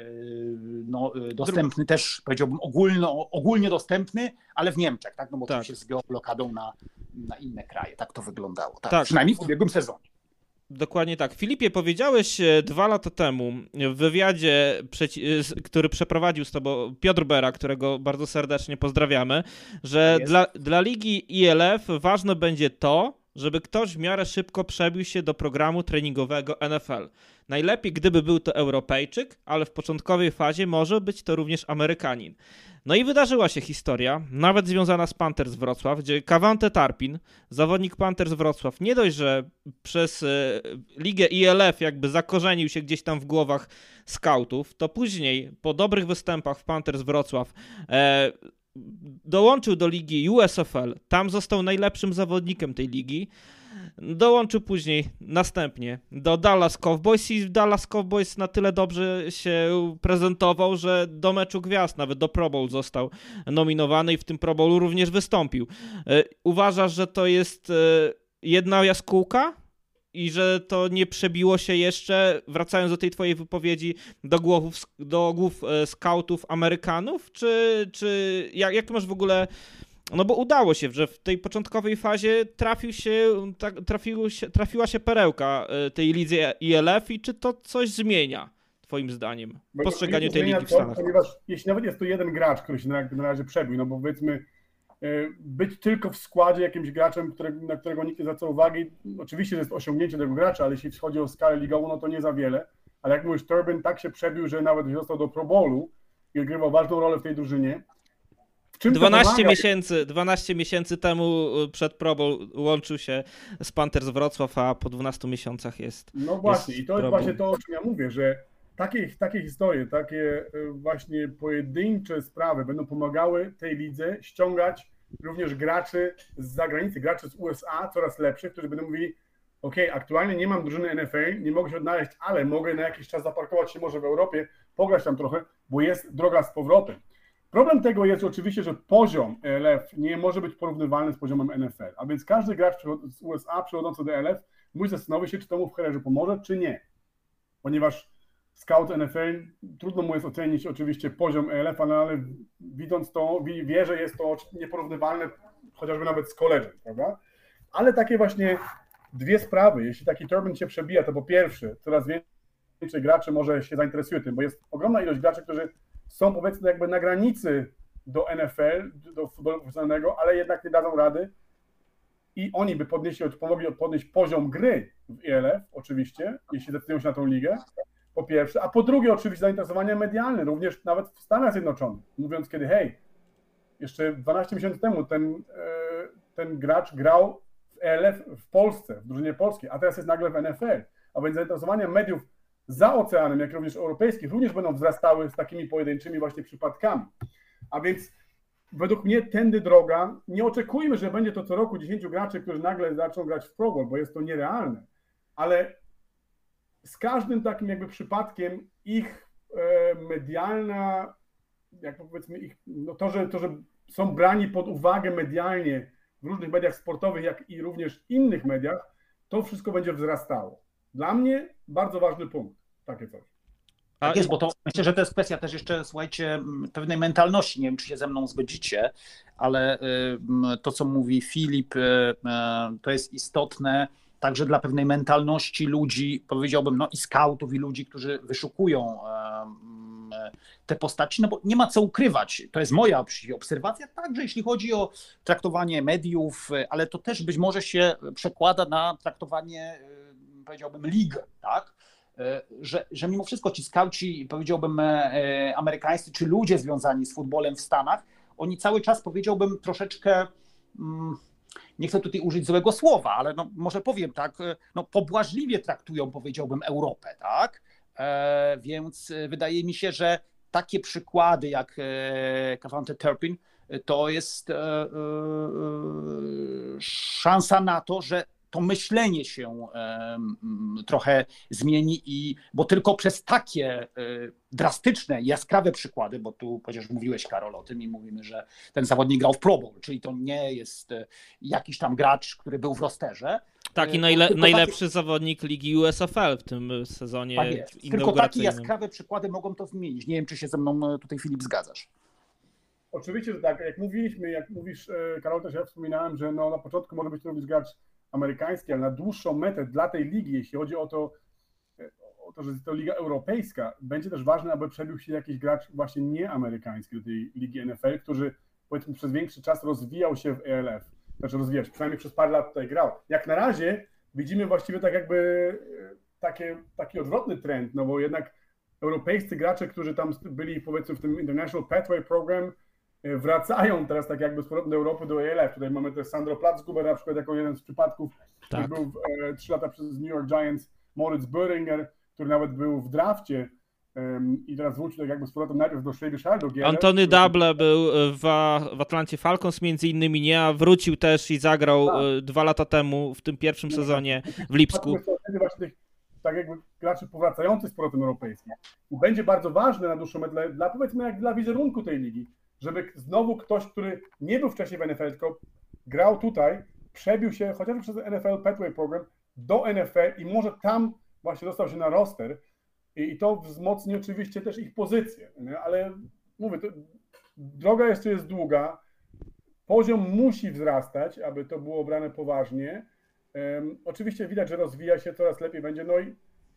dostępny też, powiedziałbym, ogólnie dostępny, ale w Niemczech, tak, no bo oczywiście z geoblokadą na inne kraje, tak to wyglądało, tak. Przynajmniej w ubiegłym sezonie. Dokładnie tak. Filipie, powiedziałeś 2 lata temu w wywiadzie, który przeprowadził z tobą Piotr Bera, którego bardzo serdecznie pozdrawiamy, że dla ligi ILF ważne będzie to, żeby ktoś w miarę szybko przebił się do programu treningowego NFL. Najlepiej, gdyby był to Europejczyk, ale w początkowej fazie może być to również Amerykanin. No i wydarzyła się historia, nawet związana z Panthers Wrocław, gdzie Cavante Tarpin, zawodnik Panthers Wrocław, nie dość, że przez ligę ILF jakby zakorzenił się gdzieś tam w głowach skautów, to później po dobrych występach w Panthers Wrocław dołączył do ligi USFL, tam został najlepszym zawodnikiem tej ligi, dołączył później następnie do Dallas Cowboys i Dallas Cowboys na tyle dobrze się prezentował, że do meczu gwiazd, nawet do Pro Bowl został nominowany i w tym Pro Bowlu również wystąpił. Uważasz, że to jest jedna jaskółka i że to nie przebiło się jeszcze, wracając do tej twojej wypowiedzi, do głów skautów Amerykanów? Czy jak masz w ogóle... No bo udało się, że w tej początkowej fazie trafiła się perełka tej lidze ILF i czy to coś zmienia, twoim zdaniem, w postrzeganiu tej ligi w Stanach? Ponieważ jeśli nawet jest to jeden gracz, który się na razie przebił, no bo powiedzmy być tylko w składzie jakimś graczem, na którego nikt nie zwraca uwagi. Oczywiście to jest osiągnięcie tego gracza, ale jeśli chodzi o skalę ligową, no to nie za wiele. Ale jak mówisz, Turbin tak się przebił, że nawet został do Pro Bowlu i odgrywał ważną rolę w tej drużynie. 12 miesięcy temu przed Pro Bowl łączył się z Panthers Wrocław, a po 12 miesiącach jest. No właśnie, i to jest właśnie to, o czym ja mówię, że takie historie, takie właśnie pojedyncze sprawy będą pomagały tej lidze ściągać również graczy z zagranicy, graczy z USA, coraz lepszych, którzy będą mówili: OK, aktualnie nie mam drużyny NFL, nie mogę się odnaleźć, ale mogę na jakiś czas zaparkować się może w Europie, pograć tam trochę, bo jest droga z powrotem. Problem tego jest oczywiście, że poziom ELF nie może być porównywalny z poziomem NFL, a więc każdy gracz z USA przychodzący do ELF musi zastanowić się, czy to mu w karierze pomoże, czy nie. Ponieważ scout NFL, trudno mu jest ocenić oczywiście poziom ELF, ale widząc to, wie, że jest to nieporównywalne chociażby nawet z college'em, prawda? Ale takie właśnie dwie sprawy, jeśli taki Turbin się przebija, to po pierwsze, coraz więcej graczy może się zainteresuje tym, bo jest ogromna ilość graczy, którzy są powiedzmy jakby na granicy do NFL, do futbolu profesjonalnego, ale jednak nie dadzą rady i oni by pomogli podnieść poziom gry w ELF oczywiście, jeśli decydują się na tą ligę, po pierwsze, a po drugie oczywiście zainteresowanie medialne, również nawet w Stanach Zjednoczonych, mówiąc kiedy hej, jeszcze 12 miesięcy temu ten gracz grał w ELF w Polsce, w drużynie polskiej, a teraz jest nagle w NFL, a więc zainteresowanie mediów za oceanem, jak również europejskich, również będą wzrastały z takimi pojedynczymi właśnie przypadkami. A więc według mnie tędy droga. Nie oczekujmy, że będzie to co roku 10 graczy, którzy nagle zaczną grać w Pro Bowl, bo jest to nierealne. Ale z każdym takim jakby przypadkiem ich medialna, jak powiedzmy, to, że są brani pod uwagę medialnie w różnych mediach sportowych, jak i również innych mediach, to wszystko będzie wzrastało. Dla mnie bardzo ważny punkt. Takie coś. Tak jest, bo to myślę, że to jest kwestia też jeszcze, słuchajcie, pewnej mentalności. Nie wiem, czy się ze mną zgodzicie, ale to, co mówi Filip, to jest istotne także dla pewnej mentalności ludzi, powiedziałbym, no i skautów, i ludzi, którzy wyszukują te postaci, no bo nie ma co ukrywać. To jest moja obserwacja, także jeśli chodzi o traktowanie mediów, ale to też być może się przekłada na traktowanie, powiedziałbym, lig, tak? Że mimo wszystko ci skauci, powiedziałbym, amerykańscy, czy ludzie związani z futbolem w Stanach, oni cały czas, powiedziałbym, troszeczkę, nie chcę tutaj użyć złego słowa, ale no, może powiem tak, no, pobłażliwie traktują, powiedziałbym, Europę, tak? Więc wydaje mi się, że takie przykłady jak Cavante Turpin to jest szansa na to, że to myślenie się trochę zmieni, bo tylko przez takie drastyczne, jaskrawe przykłady, bo tu chociaż mówiłeś, Karol, o tym i mówimy, że ten zawodnik grał w Pro Bowl, czyli to nie jest jakiś tam gracz, który był w rosterze. Tak, i najlepszy zawodnik ligi USFL w tym sezonie. Tak jest. Tylko takie jaskrawe przykłady mogą to zmienić. Nie wiem, czy się ze mną tutaj, Filip, zgadzasz. Oczywiście, że tak. Jak mówisz, Karol, też ja wspominałem, że no, na początku może być to również gracz amerykański, ale na dłuższą metę dla tej ligi, jeśli chodzi o to, że jest to liga europejska, będzie też ważne, aby przebił się jakiś gracz właśnie nieamerykański do tej ligi NFL, który powiedzmy przez większy czas rozwijał się w ELF. Znaczy rozwijał się, przynajmniej przez parę lat tutaj grał. Jak na razie widzimy właściwie tak jakby taki odwrotny trend, no bo jednak europejscy gracze, którzy tam byli powiedzmy w tym International Pathway Program, wracają teraz tak jakby z powrotem do Europy, do ELF. Tutaj mamy też Sandro Platzguber na przykład jako jeden z przypadków, który był 3 lata przez New York Giants, Moritz Böhringer, który nawet był w drafcie i teraz wrócił tak jakby z powrotem najpierw do Schwäbisch do GLF. Antony Double był w Atlancie Falcons między innymi, nie? A wrócił też i zagrał 2 lata temu w tym pierwszym sezonie w Lipsku. Właśnie tak jakby graczy powracających z powrotem europejskim. I będzie bardzo ważne na dłuższą metę, powiedzmy jak dla wizerunku tej ligi, żeby znowu ktoś, który nie był wcześniej w NFL, tylko grał tutaj, przebił się chociażby przez NFL Pathway Program do NFL i może tam właśnie dostał się na roster i to wzmocni oczywiście też ich pozycję, nie? Ale mówię, droga jeszcze jest długa, poziom musi wzrastać, aby to było brane poważnie. Oczywiście widać, że rozwija się coraz lepiej będzie, no i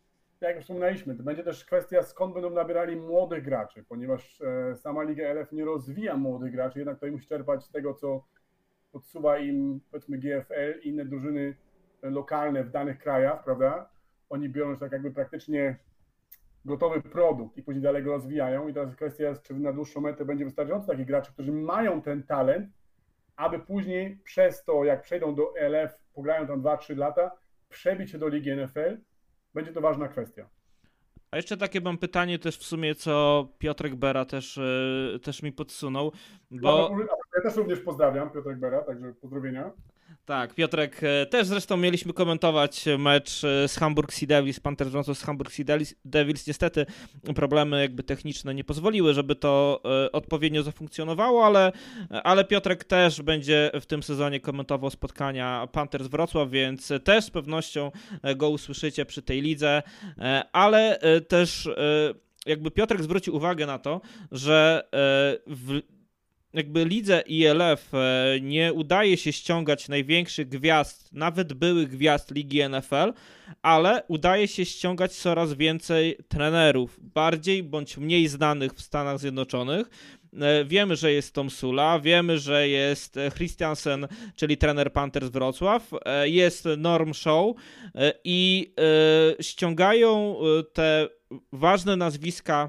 jak wspomnieliśmy, to będzie też kwestia, skąd będą nabierali młodych graczy, ponieważ sama Liga LF nie rozwija młodych graczy, jednak tutaj musi czerpać z tego, co podsuwa im, powiedzmy, GFL i inne drużyny lokalne w danych krajach, prawda? Oni biorą już tak jakby praktycznie gotowy produkt i później dalej go rozwijają i teraz kwestia jest, czy na dłuższą metę będzie wystarczająco takich graczy, którzy mają ten talent, aby później przez to, jak przejdą do LF, pograją tam 2-3 lata, przebić się do Ligi NFL, będzie to ważna kwestia. A jeszcze takie mam pytanie też w sumie, co Piotrek Bera też mi podsunął, bo... Ja też również pozdrawiam Piotrek Bera, także pozdrowienia. Tak, Piotrek, też zresztą mieliśmy komentować mecz z Hamburg Sea Devils, Panthers Wrocław z Hamburg Sea Devils. Niestety problemy jakby techniczne nie pozwoliły, żeby to odpowiednio zafunkcjonowało, ale Piotrek też będzie w tym sezonie komentował spotkania Panthers Wrocław, więc też z pewnością go usłyszycie przy tej lidze, ale też jakby Piotrek zwrócił uwagę na to, że jakby lidze ILF nie udaje się ściągać największych gwiazd, nawet byłych gwiazd Ligi NFL, ale udaje się ściągać coraz więcej trenerów, bardziej bądź mniej znanych w Stanach Zjednoczonych. Wiemy, że jest Tom Sula, wiemy, że jest Christiansen, czyli trener Panthers Wrocław, jest Norm Shaw i ściągają te ważne nazwiska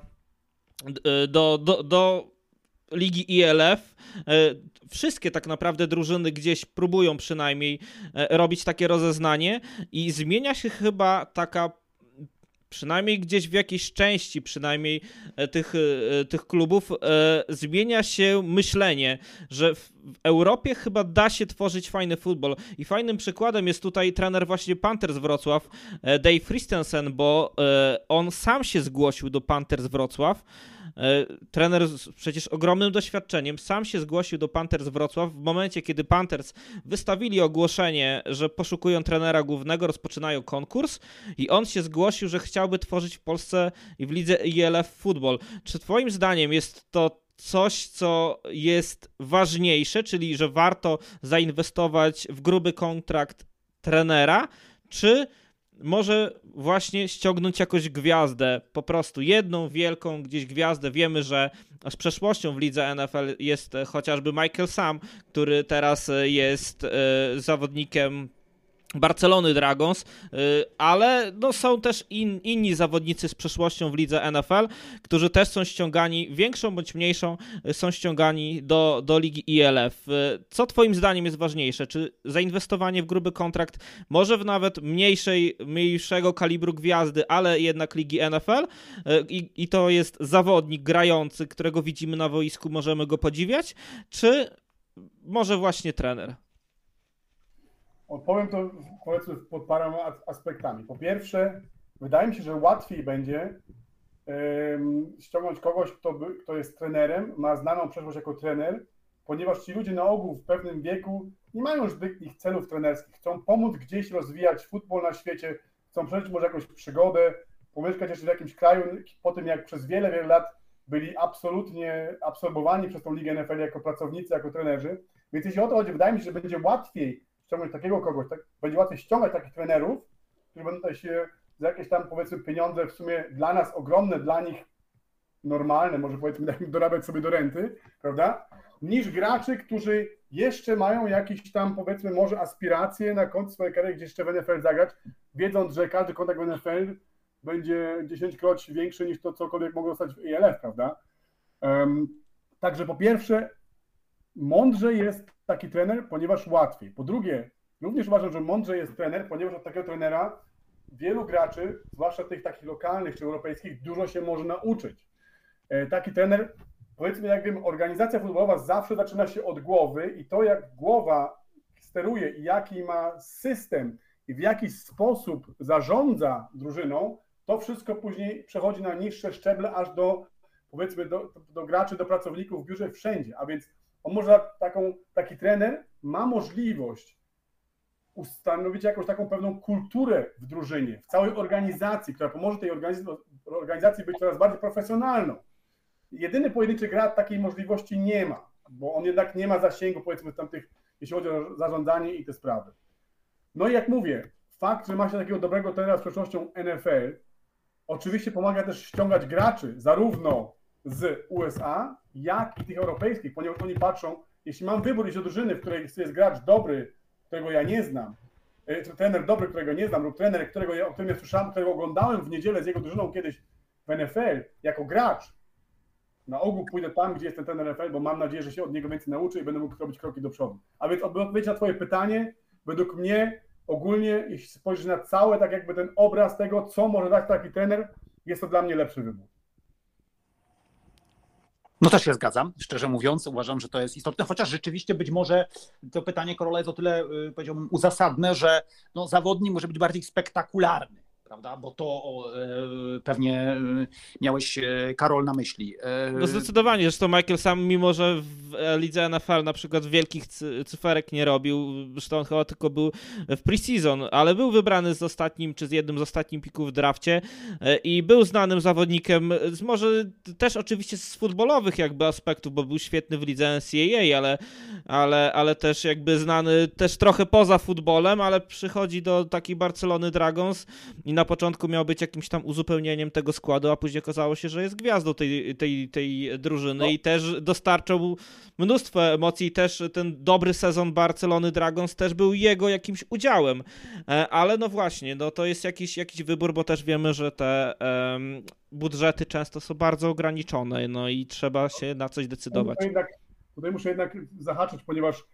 do Ligi ILF. Wszystkie tak naprawdę drużyny gdzieś próbują przynajmniej robić takie rozeznanie i zmienia się chyba taka, przynajmniej gdzieś w jakiejś części przynajmniej tych klubów, zmienia się myślenie, że w Europie chyba da się tworzyć fajny futbol i fajnym przykładem jest tutaj trener właśnie Panthers Wrocław, Dave Christensen, bo on sam się zgłosił do Panthers Wrocław. Trener z przecież ogromnym doświadczeniem sam się zgłosił do Panthers Wrocław w momencie, kiedy Panthers wystawili ogłoszenie, że poszukują trenera głównego, rozpoczynają konkurs i on się zgłosił, że chciałby tworzyć w Polsce i w lidze ILF futbol. Czy twoim zdaniem jest to coś, co jest ważniejsze, czyli że warto zainwestować w gruby kontrakt trenera, czy może właśnie ściągnąć jakąś gwiazdę, po prostu jedną wielką gdzieś gwiazdę? Wiemy, że z przeszłością w lidze NFL jest chociażby Michael Sam, który teraz jest zawodnikiem Barcelony Dragons, ale no są też inni zawodnicy z przeszłością w lidze NFL, którzy też są ściągani, większą bądź mniejszą, są ściągani do ligi ILF. Co twoim zdaniem jest ważniejsze? Czy zainwestowanie w gruby kontrakt, może w nawet mniejszego kalibru gwiazdy, ale jednak ligi NFL i to jest zawodnik grający, którego widzimy na boisku, możemy go podziwiać, czy może właśnie trener? Odpowiem to, powiedzmy, pod paroma aspektami. Po pierwsze, wydaje mi się, że łatwiej będzie ściągnąć kogoś, kto jest trenerem, ma znaną przeszłość jako trener, ponieważ ci ludzie na ogół w pewnym wieku nie mają już zbytnich celów trenerskich. Chcą pomóc gdzieś rozwijać futbol na świecie, chcą przeżyć może jakąś przygodę, pomieszkać jeszcze w jakimś kraju po tym, jak przez wiele, wiele lat byli absolutnie absorbowani przez tą ligę NFL jako pracownicy, jako trenerzy. Więc jeśli o to chodzi, wydaje mi się, że będzie łatwiej ściągnąć takiego kogoś, tak? Będzie łatwiej ściągać takich trenerów, którzy będą tutaj się za jakieś tam, powiedzmy, pieniądze w sumie dla nas ogromne, dla nich normalne, może powiedzmy dorabiać sobie do renty, prawda? Niż graczy, którzy jeszcze mają jakieś tam, powiedzmy, może aspiracje na końcu swojej kariery gdzieś jeszcze w NFL zagrać, wiedząc, że każdy kontakt w NFL będzie 10-kroć większy niż to, cokolwiek mogą dostać w ILF, prawda? Także po pierwsze, mądrze jest taki trener, ponieważ łatwiej. Po drugie, również uważam, że mądrze jest trener, ponieważ od takiego trenera wielu graczy, zwłaszcza tych takich lokalnych czy europejskich, dużo się może nauczyć. Taki trener, powiedzmy, jak wiem, organizacja futbolowa zawsze zaczyna się od głowy i to, jak głowa steruje i jaki ma system i w jaki sposób zarządza drużyną, to wszystko później przechodzi na niższe szczeble, aż do, powiedzmy, do graczy, do pracowników w biurze, wszędzie. A więc on może, taki trener ma możliwość ustanowić jakąś taką pewną kulturę w drużynie, w całej organizacji, która pomoże tej organizacji być coraz bardziej profesjonalną. Jedyny pojedynczy gracz takiej możliwości nie ma, bo on jednak nie ma zasięgu, powiedzmy, tamtych, jeśli chodzi o zarządzanie i te sprawy. No i jak mówię, fakt, że ma się takiego dobrego trenera z przeszłością NFL, Oczywiście pomaga też ściągać graczy zarówno z USA, jak i tych europejskich, ponieważ oni patrzą, jeśli mam wybór iść do drużyny, w której jest gracz dobry, którego ja nie znam, trener dobry, którego nie znam, lub trener, o którym ja słyszałem, którego oglądałem w niedzielę z jego drużyną kiedyś w NFL, jako gracz, na ogół pójdę tam, gdzie jest ten trener NFL, bo mam nadzieję, że się od niego więcej nauczę i będę mógł robić kroki do przodu. A więc odpowiedź na twoje pytanie, według mnie ogólnie, jeśli spojrzysz na cały tak jakby ten obraz tego, co może dać taki trener, jest to dla mnie lepszy wybór. No też się zgadzam, szczerze mówiąc, uważam, że to jest istotne, chociaż rzeczywiście być może to pytanie Karola jest o tyle, powiedziałbym, uzasadne, że no, zawodnik może być bardziej spektakularny, prawda, bo to pewnie miałeś, Karol, na myśli. No zdecydowanie, zresztą Michael sam, mimo że w lidze NFL na przykład wielkich cyferek nie robił, zresztą on chyba tylko był w preseason, ale był wybrany z jednym z ostatnich pików w drafcie i był znanym zawodnikiem, może też oczywiście z futbolowych jakby aspektów, bo był świetny w lidze NCAA, ale też jakby znany też trochę poza futbolem, ale przychodzi do takiej Barcelony Dragons i na początku miał być jakimś tam uzupełnieniem tego składu, a później okazało się, że jest gwiazdą tej drużyny i też dostarczał mnóstwo emocji. Też ten dobry sezon Barcelony Dragons też był jego jakimś udziałem. Ale no właśnie, no to jest jakiś wybór, bo też wiemy, że te budżety często są bardzo ograniczone, no i trzeba się na coś decydować. Tutaj muszę jednak zahaczyć, ponieważ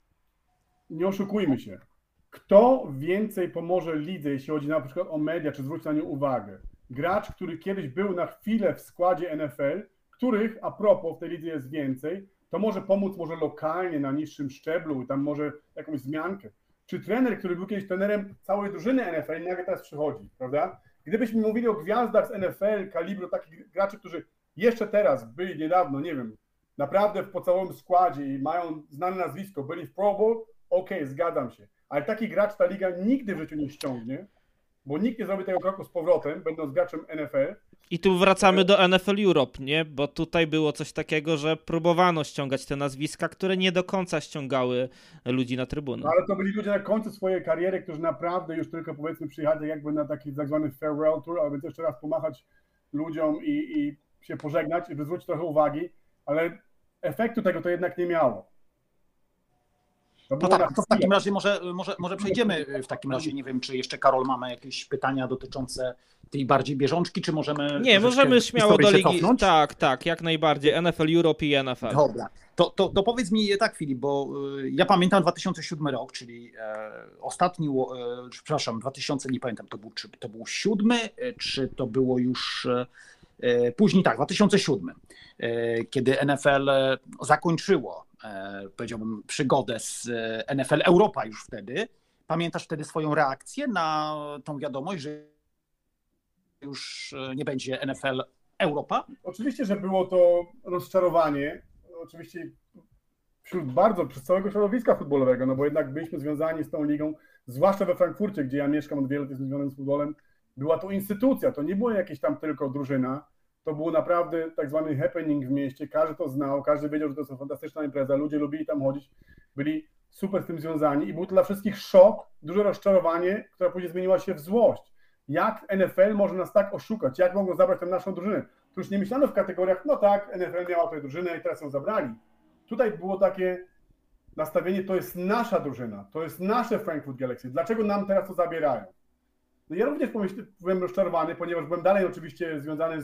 nie oszukujmy się. Kto więcej pomoże lidze, jeśli chodzi na przykład o media, czy zwróci na nie uwagę? Gracz, który kiedyś był na chwilę w składzie NFL, których a propos w tej lidze jest więcej, to może pomóc może lokalnie na niższym szczeblu, tam może jakąś zmiankę. Czy trener, który był kiedyś trenerem całej drużyny NFL, nagle teraz przychodzi, prawda? Gdybyśmy mówili o gwiazdach z NFL, kalibru takich graczy, którzy jeszcze teraz byli niedawno, nie wiem, naprawdę w podstawowym składzie i mają znane nazwisko, byli w Pro Bowl, okej, zgadzam się. Ale taki gracz ta liga nigdy w życiu nie ściągnie, bo nikt nie zrobi tego kroku z powrotem, będąc graczem NFL. I tu wracamy do NFL Europe, nie? Bo tutaj było coś takiego, że próbowano ściągać te nazwiska, które nie do końca ściągały ludzi na trybunę. No, ale to byli ludzie na końcu swojej kariery, którzy naprawdę już tylko powiedzmy przyjechali jakby na taki tak zwany farewell tour, a więc jeszcze raz pomachać ludziom i się pożegnać i zwrócić trochę uwagi, ale efektu tego to jednak nie miało. No tak, to w takim razie może przejdziemy w takim razie, nie wiem, czy jeszcze Karol mamy jakieś pytania dotyczące tej bardziej bieżączki, czy możemy... Nie, możemy śmiało do ligi, tak, jak najbardziej, NFL Europe i NFL. Dobra, to powiedz mi tak, Filip, bo ja pamiętam 2007 rok, czyli ostatni, przepraszam, 2000, nie pamiętam, czy to był 7, czy to było już... Później tak, 2007, kiedy NFL zakończyło, powiedziałbym, przygodę z NFL Europa już wtedy. Pamiętasz wtedy swoją reakcję na tą wiadomość, że już nie będzie NFL Europa? Oczywiście, że było to rozczarowanie, oczywiście przez całego środowiska futbolowego, no bo jednak byliśmy związani z tą ligą, zwłaszcza we Frankfurcie, gdzie ja mieszkam od wielu lat, jestem związany z futbolem. Była to instytucja, to nie była jakieś tam tylko drużyna, to był naprawdę tak zwany happening w mieście, każdy to znał, każdy wiedział, że to jest fantastyczna impreza, ludzie lubili tam chodzić, byli super z tym związani i był to dla wszystkich szok, duże rozczarowanie, która później zmieniła się w złość. Jak NFL może nas tak oszukać, jak mogą zabrać tę naszą drużynę? Tu już nie myślano w kategoriach, no tak, NFL miała tę drużynę i teraz ją zabrali. Tutaj było takie nastawienie, to jest nasza drużyna, to jest nasze Frankfurt Galaxy, dlaczego nam teraz to zabierają? No ja również byłem rozczarowany, ponieważ byłem dalej oczywiście związany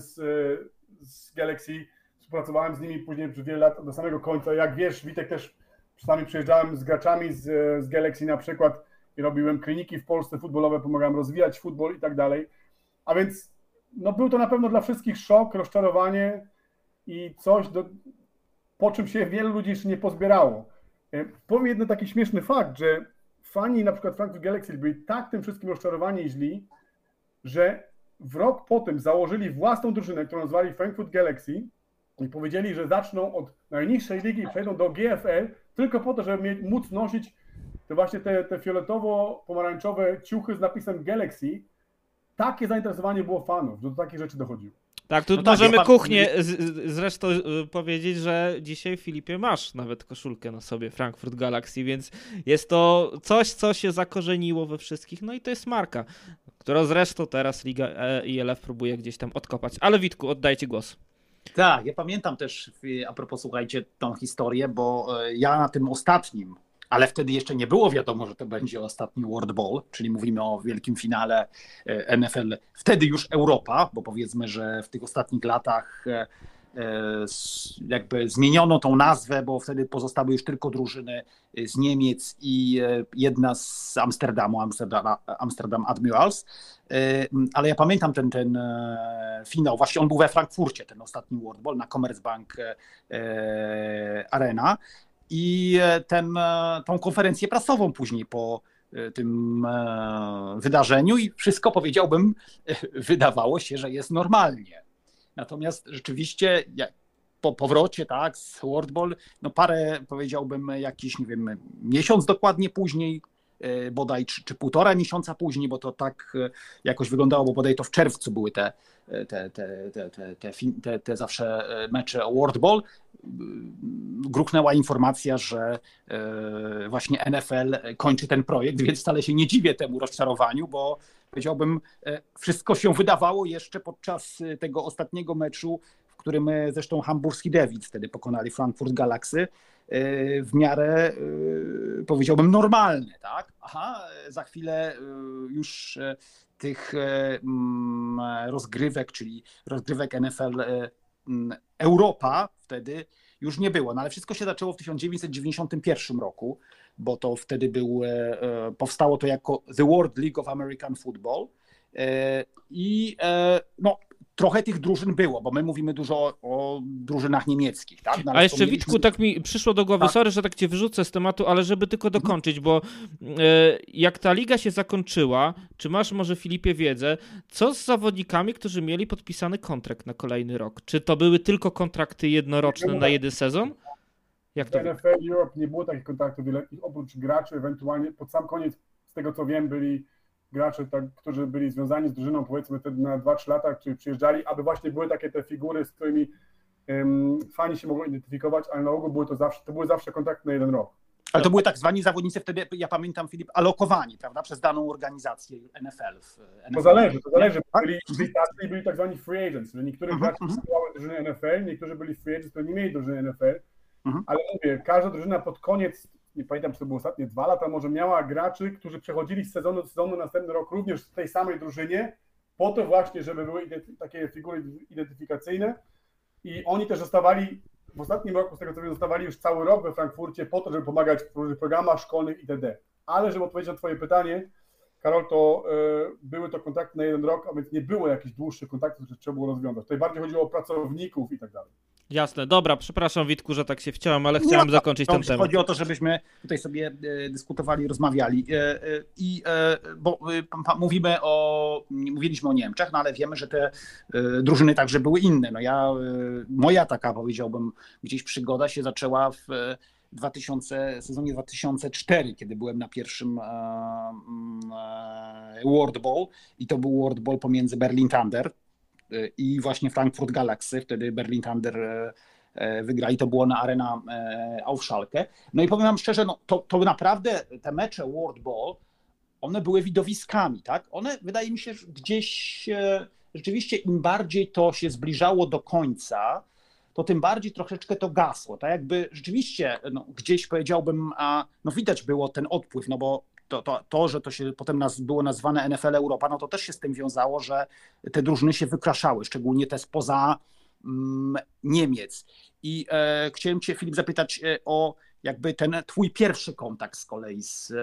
z Galaxy, współpracowałem z nimi później przez wiele lat do samego końca. Jak wiesz, Witek, też czasami przyjeżdżałem z graczami z Galaxy na przykład i robiłem kliniki w Polsce futbolowe, pomagałem rozwijać futbol i tak dalej. A więc no, był to na pewno dla wszystkich szok, rozczarowanie i coś, po czym się wielu ludzi jeszcze nie pozbierało. Powiem jeden taki śmieszny fakt, że fani na przykład Frankfurt Galaxy byli tak tym wszystkim rozczarowani i źli, że w rok po tym założyli własną drużynę, którą nazwali Frankfurt Galaxy i powiedzieli, że zaczną od najniższej ligi i przejdą do GFL tylko po to, żeby móc nosić te fioletowo-pomarańczowe ciuchy z napisem Galaxy. Takie zainteresowanie było fanów, że do takich rzeczy dochodziło. Tak, tu możemy kuchnię zresztą powiedzieć, że dzisiaj, Filipie, masz nawet koszulkę na sobie Frankfurt Galaxy, więc jest to coś, co się zakorzeniło we wszystkich, no i to jest marka, którą zresztą teraz Liga ILF próbuje gdzieś tam odkopać. Ale Witku, oddajcie głos. Tak, ja pamiętam też, a propos, słuchajcie, tą historię, bo ja na tym ostatnim, ale wtedy jeszcze nie było wiadomo, że to będzie ostatni World Bowl, czyli mówimy o wielkim finale NFL, wtedy już Europa, bo powiedzmy, że w tych ostatnich latach jakby zmieniono tą nazwę, bo wtedy pozostały już tylko drużyny z Niemiec i jedna z Amsterdamu, Amsterdam Admirals, ale ja pamiętam ten finał, właśnie on był we Frankfurcie, ten ostatni World Bowl na Commerzbank Arena i tą konferencję prasową później po tym wydarzeniu i wszystko, powiedziałbym, wydawało się, że jest normalnie. Natomiast rzeczywiście po powrocie, tak, z World Bowl, no parę, powiedziałbym, jakiś, nie wiem, miesiąc dokładnie później, bodaj czy półtora miesiąca później, bo to tak jakoś wyglądało, bo bodaj to w czerwcu były te zawsze mecze o World Bowl, gruchnęła informacja, że właśnie NFL kończy ten projekt, więc wcale się nie dziwię temu rozczarowaniu, bo powiedziałbym, wszystko się wydawało jeszcze podczas tego ostatniego meczu, w którym zresztą hamburski Devils wtedy pokonali Frankfurt Galaxy, w miarę, powiedziałbym, normalne, tak? Aha, za chwilę już tych rozgrywek, czyli rozgrywek NFL Europa wtedy już nie było. No ale wszystko się zaczęło w 1991 roku, bo to wtedy powstało to jako The World League of American Football i no, trochę tych drużyn było, bo my mówimy dużo o drużynach niemieckich. Tak? No, a jeszcze Witku, tak mi przyszło do głowy, tak. Sorry, że tak cię wyrzucę z tematu, ale żeby tylko dokończyć, bo jak ta liga się zakończyła, czy masz może, Filipie, wiedzę, co z zawodnikami, którzy mieli podpisany kontrakt na kolejny rok? Czy to były tylko kontrakty jednoroczne na jeden sezon? Jak to w NFL Europe nie było takich kontraktów wieloletnich, oprócz graczy ewentualnie, pod sam koniec, z tego co wiem, byli gracze, tak, którzy byli związani z drużyną, powiedzmy wtedy na 2-3 lata, czyli przyjeżdżali, aby właśnie były takie te figury, z którymi fani się mogą identyfikować, ale na ogół to były zawsze kontrakty na jeden rok. Ale to były tak zwani zawodnicy wtedy, ja pamiętam, Filip, alokowani, prawda, przez daną organizację NFL. To zależy. Byli tacy i byli tak zwani free agents, że niektórych graczy przysyłały drużyny NFL, niektórzy byli free agents, którzy nie mieli drużyny NFL, ale mówię, każda drużyna pod koniec, nie pamiętam, czy to było ostatnie 2 lata, może miała graczy, którzy przechodzili z sezonu do sezonu następny rok również w tej samej drużynie, po to właśnie, żeby były takie figury identyfikacyjne i oni też zostawali w ostatnim roku, z tego co wiem, zostawali już cały rok we Frankfurcie po to, żeby pomagać w różnych programach szkolnych itd. Ale żeby odpowiedzieć na twoje pytanie, Karol, to były to kontrakty na jeden rok, a więc nie było jakichś dłuższych kontaktów, które trzeba było rozwiązać. Tutaj bardziej chodziło o pracowników i tak dalej. Jasne, dobra, przepraszam, Witku, że tak się wciąłem, ale chciałem zakończyć ten temat. Chodzi o to, żebyśmy tutaj sobie dyskutowali, rozmawiali. Bo mówiliśmy o Niemczech, no ale wiemy, że te drużyny także były inne. No moja taka, powiedziałbym, gdzieś przygoda się zaczęła w sezonie 2004, kiedy byłem na pierwszym World Bowl i to był World Bowl pomiędzy Berlin Thunder i właśnie Frankfurt Galaxy, wtedy Berlin Thunder wygrali, to było na Arena auf Schalke. No i powiem wam szczerze, no to naprawdę te mecze World Bowl, one były widowiskami, tak? One, wydaje mi się, że gdzieś rzeczywiście im bardziej to się zbliżało do końca, to tym bardziej troszeczkę to gasło. Tak jakby rzeczywiście gdzieś powiedziałbym, no widać było ten odpływ, no bo to, że to się potem było nazwane NFL Europa, no to też się z tym wiązało, że te drużyny się wykraszały, szczególnie te spoza Niemiec. I chciałem cię, Filip, zapytać o jakby ten twój pierwszy kontakt z kolei z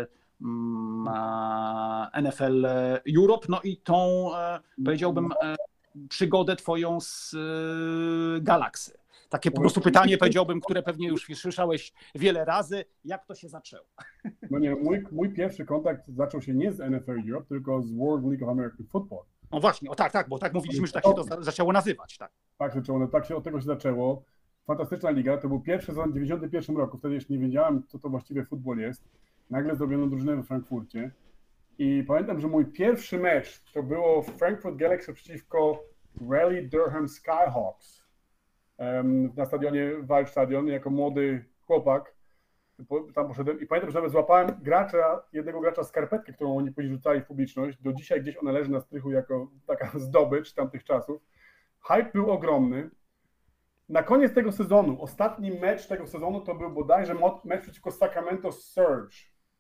NFL Europe, no i tą, powiedziałbym, przygodę twoją z Galaxy. Takie po prostu pytanie, powiedziałbym, które pewnie już słyszałeś wiele razy. Jak to się zaczęło? No nie, mój pierwszy kontakt zaczął się nie z NFL Europe, tylko z World League of American Football. No właśnie, tak, bo tak mówiliśmy, że tak się to zaczęło nazywać. Tak, od tego się zaczęło. Fantastyczna liga, to był pierwszy sezon w 1991 roku, wtedy jeszcze nie wiedziałem, co to właściwie futbol jest. Nagle zrobiono drużynę we Frankfurcie i pamiętam, że mój pierwszy mecz to było Frankfurt Galaxy przeciwko Raleigh Durham Skyhawks na stadionie Waldstadion, jako młody chłopak. tam poszedłem i pamiętam, że nawet złapałem jednego gracza skarpetkę, którą oni później rzucali w publiczność. Do dzisiaj gdzieś ona leży na strychu jako taka zdobycz tamtych czasów. Hype był ogromny. Na koniec tego sezonu, ostatni mecz tego sezonu to był bodajże mecz przeciwko Sacramento Surge,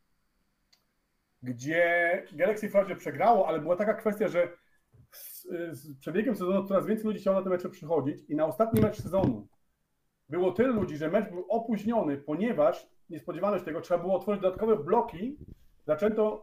gdzie Galaxy wprawdzie przegrało, ale była taka kwestia, że z przebiegiem sezonu coraz więcej ludzi chciało na te mecze przychodzić i na ostatni mecz sezonu było tyle ludzi, że mecz był opóźniony, ponieważ nie spodziewano się tego, trzeba było otworzyć dodatkowe bloki. Zaczęto,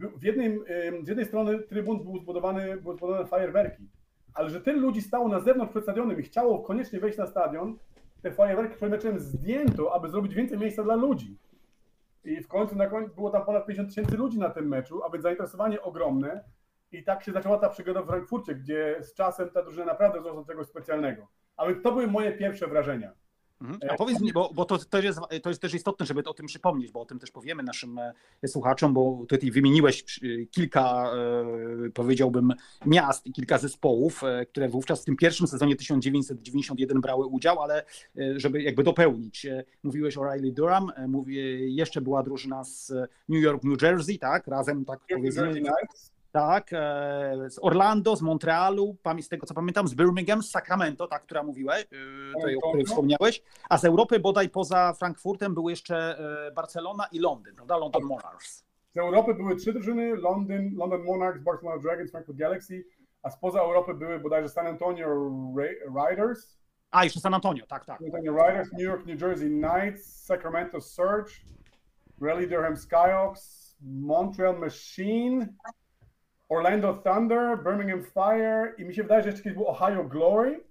z jednej strony trybun były zbudowane fajerwerki, ale że tyle ludzi stało na zewnątrz przed stadionem i chciało koniecznie wejść na stadion, te fajerwerki przed meczem zdjęto, aby zrobić więcej miejsca dla ludzi. I w końcu było tam ponad 50 000 ludzi na tym meczu, a więc zainteresowanie ogromne. I tak się zaczęła ta przygoda w Frankfurcie, gdzie z czasem ta drużyna naprawdę zrosła czegoś specjalnego. Ale to były moje pierwsze wrażenia. A powiedz mi, bo to jest też istotne, żeby o tym przypomnieć, bo o tym też powiemy naszym słuchaczom, bo tutaj wymieniłeś kilka, powiedziałbym, miast i kilka zespołów, które wówczas w tym pierwszym sezonie 1991 brały udział, ale żeby jakby dopełnić, mówiłeś o Riley Durham, jeszcze była drużyna z New York, New Jersey, tak? Razem, tak powiedzmy. Tak, z Orlando, z Montrealu, z tego co pamiętam, z Birmingham, z Sacramento, ta, która mówiłeś, o której wspomniałeś, a z Europy bodaj poza Frankfurtem były jeszcze Barcelona i Londyn, prawda? London Monarchs. Z Europy były 3 drużyny, London Monarchs, Barcelona Dragons, Frankfurt Galaxy, a spoza Europy były bodajże San Antonio Riders. A, jeszcze San Antonio, tak. San Antonio Riders, New York, New Jersey Knights, Sacramento Surge, Raleigh Durham Skyhawks, Montreal Machine, Orlando Thunder, Birmingham Fire i mi się wydaje, że jeszcze kiedyś był Ohio Glory.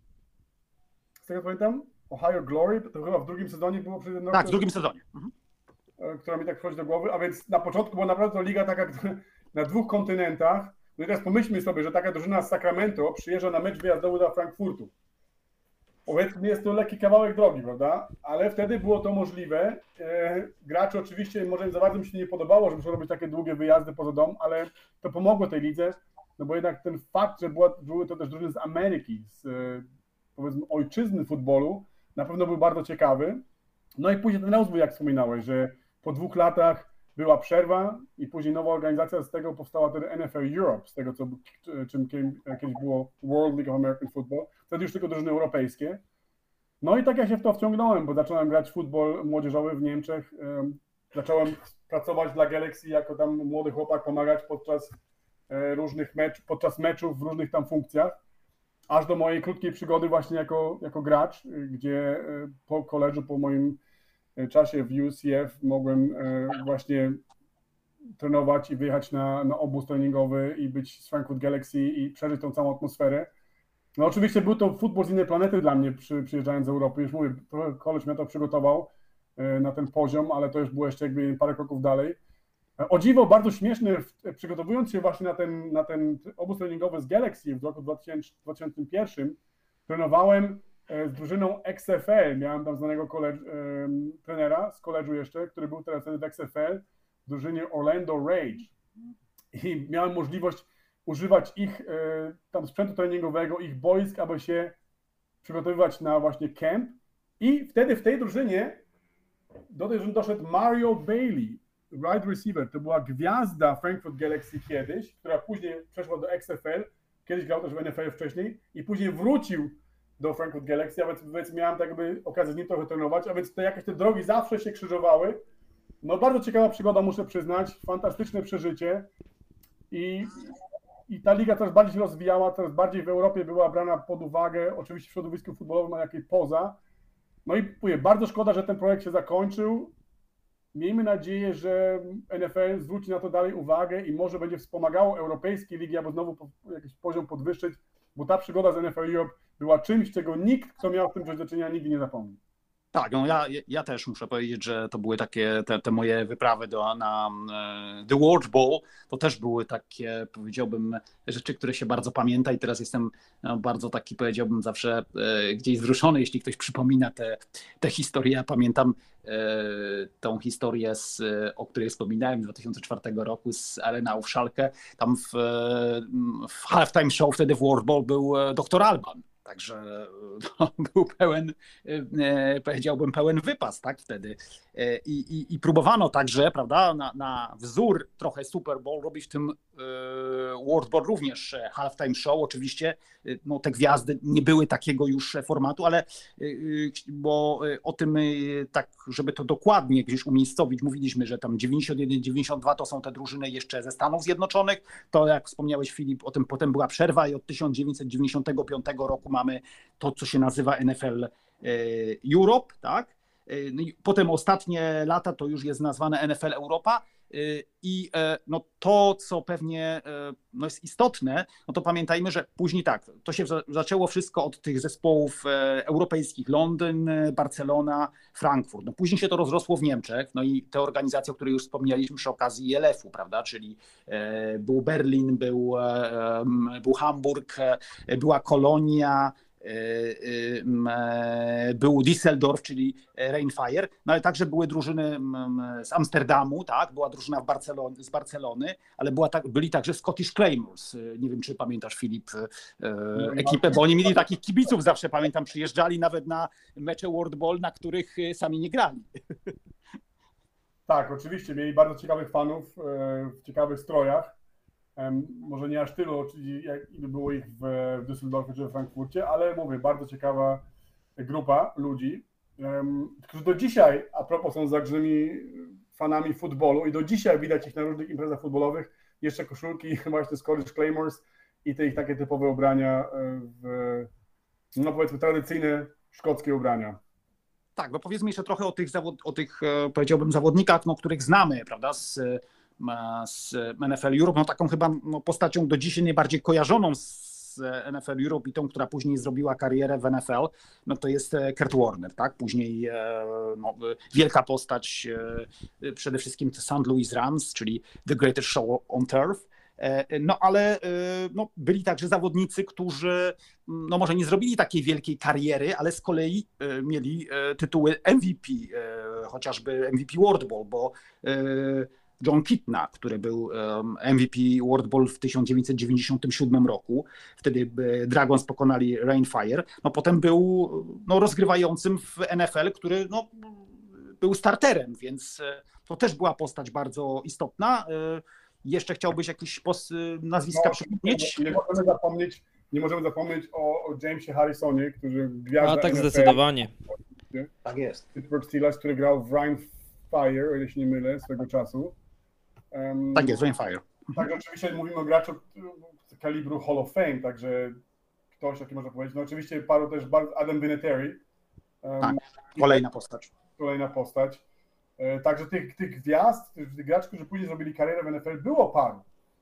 Z tego pamiętam? Ohio Glory, to chyba w drugim sezonie było przy tym. Tak, w drugim sezonie. Która mi tak wchodzi do głowy, a więc na początku była naprawdę to liga taka na 2 kontynentach. No i teraz pomyślmy sobie, że taka drużyna z Sacramento przyjeżdża na mecz wyjazdowy do Frankfurtu. Powiedzmy, jest to lekki kawałek drogi, prawda? Ale wtedy było to możliwe. Gracze oczywiście, może za bardzo mi się nie podobało, że muszą robić takie długie wyjazdy poza dom, ale to pomogło tej lidze, no bo jednak ten fakt, że były to też drużyny z Ameryki, z powiedzmy ojczyzny futbolu, na pewno był bardzo ciekawy. No i później ten rozwój, jak wspominałeś, że po 2 latach była przerwa i później nowa organizacja, z tego powstała wtedy NFL Europe, z tego czym kiedyś było World League of American Football, wtedy już tylko drużyny europejskie. No i tak ja się w to wciągnąłem, bo zacząłem grać futbol młodzieżowy w Niemczech, zacząłem pracować dla Galaxy jako tam młody chłopak, pomagać podczas podczas meczów w różnych tam funkcjach, aż do mojej krótkiej przygody właśnie jako gracz, gdzie po koledżu, po moim czasie w UCF mogłem właśnie trenować i wyjechać na obóz treningowy i być z Frankfurt Galaxy i przeżyć tą całą atmosferę. No oczywiście był to futbol z innej planety dla mnie przyjeżdżając z Europy. Już mówię, koleś mnie to przygotował na ten poziom, ale to już było jeszcze jakby parę kroków dalej. O dziwo, bardzo śmieszny, przygotowując się właśnie na ten obóz treningowy z Galaxy w roku 2001, trenowałem z drużyną XFL. Miałem tam znanego trenera z koledżu jeszcze, który był teraz w XFL, w drużynie Orlando Rage. I miałem możliwość używać ich tam sprzętu treningowego, ich boisk, aby się przygotowywać na właśnie camp. I wtedy w tej drużynie do tej drużyny doszedł Mario Bailey, wide receiver. To była gwiazda Frankfurt Galaxy kiedyś, która później przeszła do XFL, kiedyś grał też w NFL wcześniej i później wrócił do Frankfurt Galaxy, a więc miałem tak jakby okazję z nim trochę trenować, a więc jakieś te drogi zawsze się krzyżowały. No bardzo ciekawa przygoda, muszę przyznać, fantastyczne przeżycie i ta liga coraz bardziej się rozwijała, coraz bardziej w Europie była brana pod uwagę, oczywiście w środowisku futbolowym, a jak i poza. No i mówię, bardzo szkoda, że ten projekt się zakończył. Miejmy nadzieję, że NFL zwróci na to dalej uwagę i może będzie wspomagało europejskie ligi, aby znowu jakiś poziom podwyższyć, bo ta przygoda z NFL Europe była czymś, czego nikt, kto miał w tym coś do czynienia, nigdy nie zapomni. Tak, no ja też muszę powiedzieć, że to były takie te moje wyprawy na The Watch Bowl, to też były takie, powiedziałbym, rzeczy, które się bardzo pamięta i teraz jestem bardzo taki, powiedziałbym, zawsze gdzieś wzruszony, jeśli ktoś przypomina te historie. Ja pamiętam tą historię, o której wspominałem z 2004 roku z Areną w Schalke. Tam w halftime show wtedy w Watch Bowl był Dr. Alban. Także no, był pełen, powiedziałbym, pełen wypas, tak, wtedy. I próbowano także, prawda, na wzór trochę Super Bowl robić w tym World Bowl również halftime show. Oczywiście no, te gwiazdy nie były takiego już formatu, ale bo o tym tak, żeby to dokładnie gdzieś umiejscowić, mówiliśmy, że tam 91-92 to są te drużyny jeszcze ze Stanów Zjednoczonych. To jak wspomniałeś, Filip, o tym potem była przerwa i od 1995 roku mamy to, co się nazywa NFL Europe, tak? No i potem ostatnie lata to już jest nazwane NFL Europa i no to, co pewnie no jest istotne, no to pamiętajmy, że później tak, to się zaczęło wszystko od tych zespołów europejskich, Londyn, Barcelona, Frankfurt. No później się to rozrosło w Niemczech, no i te organizacje, o których już wspomnieliśmy przy okazji ILF-u, prawda, czyli był Berlin, był Hamburg, była Kolonia, był Düsseldorf, czyli Rheinfire, no ale także były drużyny z Amsterdamu, tak? Była drużyna z Barcelony, ale byli także Scottish Claymores. Nie wiem, czy pamiętasz, Filip, ekipę, bo oni mieli takich kibiców zawsze, pamiętam, przyjeżdżali nawet na mecze World Bowl, na których sami nie grali. Tak, oczywiście, mieli bardzo ciekawych fanów w ciekawych strojach. Może nie aż tylu, ile było ich w Düsseldorfie czy w Frankfurcie, ale mówię, bardzo ciekawa grupa ludzi, którzy do dzisiaj, a propos, są zagrznymi fanami futbolu i do dzisiaj widać ich na różnych imprezach futbolowych, jeszcze koszulki właśnie Scottish Claymores i te ich takie typowe ubrania, no powiedzmy tradycyjne szkockie ubrania. Tak, bo powiedzmy jeszcze trochę o tych powiedziałbym zawodnikach, no, których znamy, prawda, z NFL Europe, no taką chyba postacią do dzisiaj najbardziej kojarzoną z NFL Europe i tą, która później zrobiła karierę w NFL, no to jest Kurt Warner, tak? Później no, wielka postać przede wszystkim St. Louis Rams, czyli The Greatest Show on Turf. No ale no, byli także zawodnicy, którzy no, może nie zrobili takiej wielkiej kariery, ale z kolei mieli tytuły MVP, chociażby MVP World Bowl, bo John Kitna, który był MVP World Bowl w 1997 roku. Wtedy Dragons pokonali Rheinfire. No potem był no, rozgrywającym w NFL, który no, był starterem, więc to też była postać bardzo istotna. Jeszcze chciałbyś jakieś nazwiska przypomnieć? Nie możemy zapomnieć o Jamesie Harrisonie, który gwiazda A tak NFL, zdecydowanie. Tak jest. Pittsburgh Steelers, który grał w Rheinfire, o ile się nie mylę, swego czasu. Tak jest, Rheinfire. Także oczywiście mówimy o graczu kalibru Hall of Fame, także ktoś, jaki można powiedzieć. No oczywiście paru też Adam Vinatieri. Tak, kolejna postać. Także tych gwiazd, tych graczy, którzy później zrobili karierę w NFL, było paru.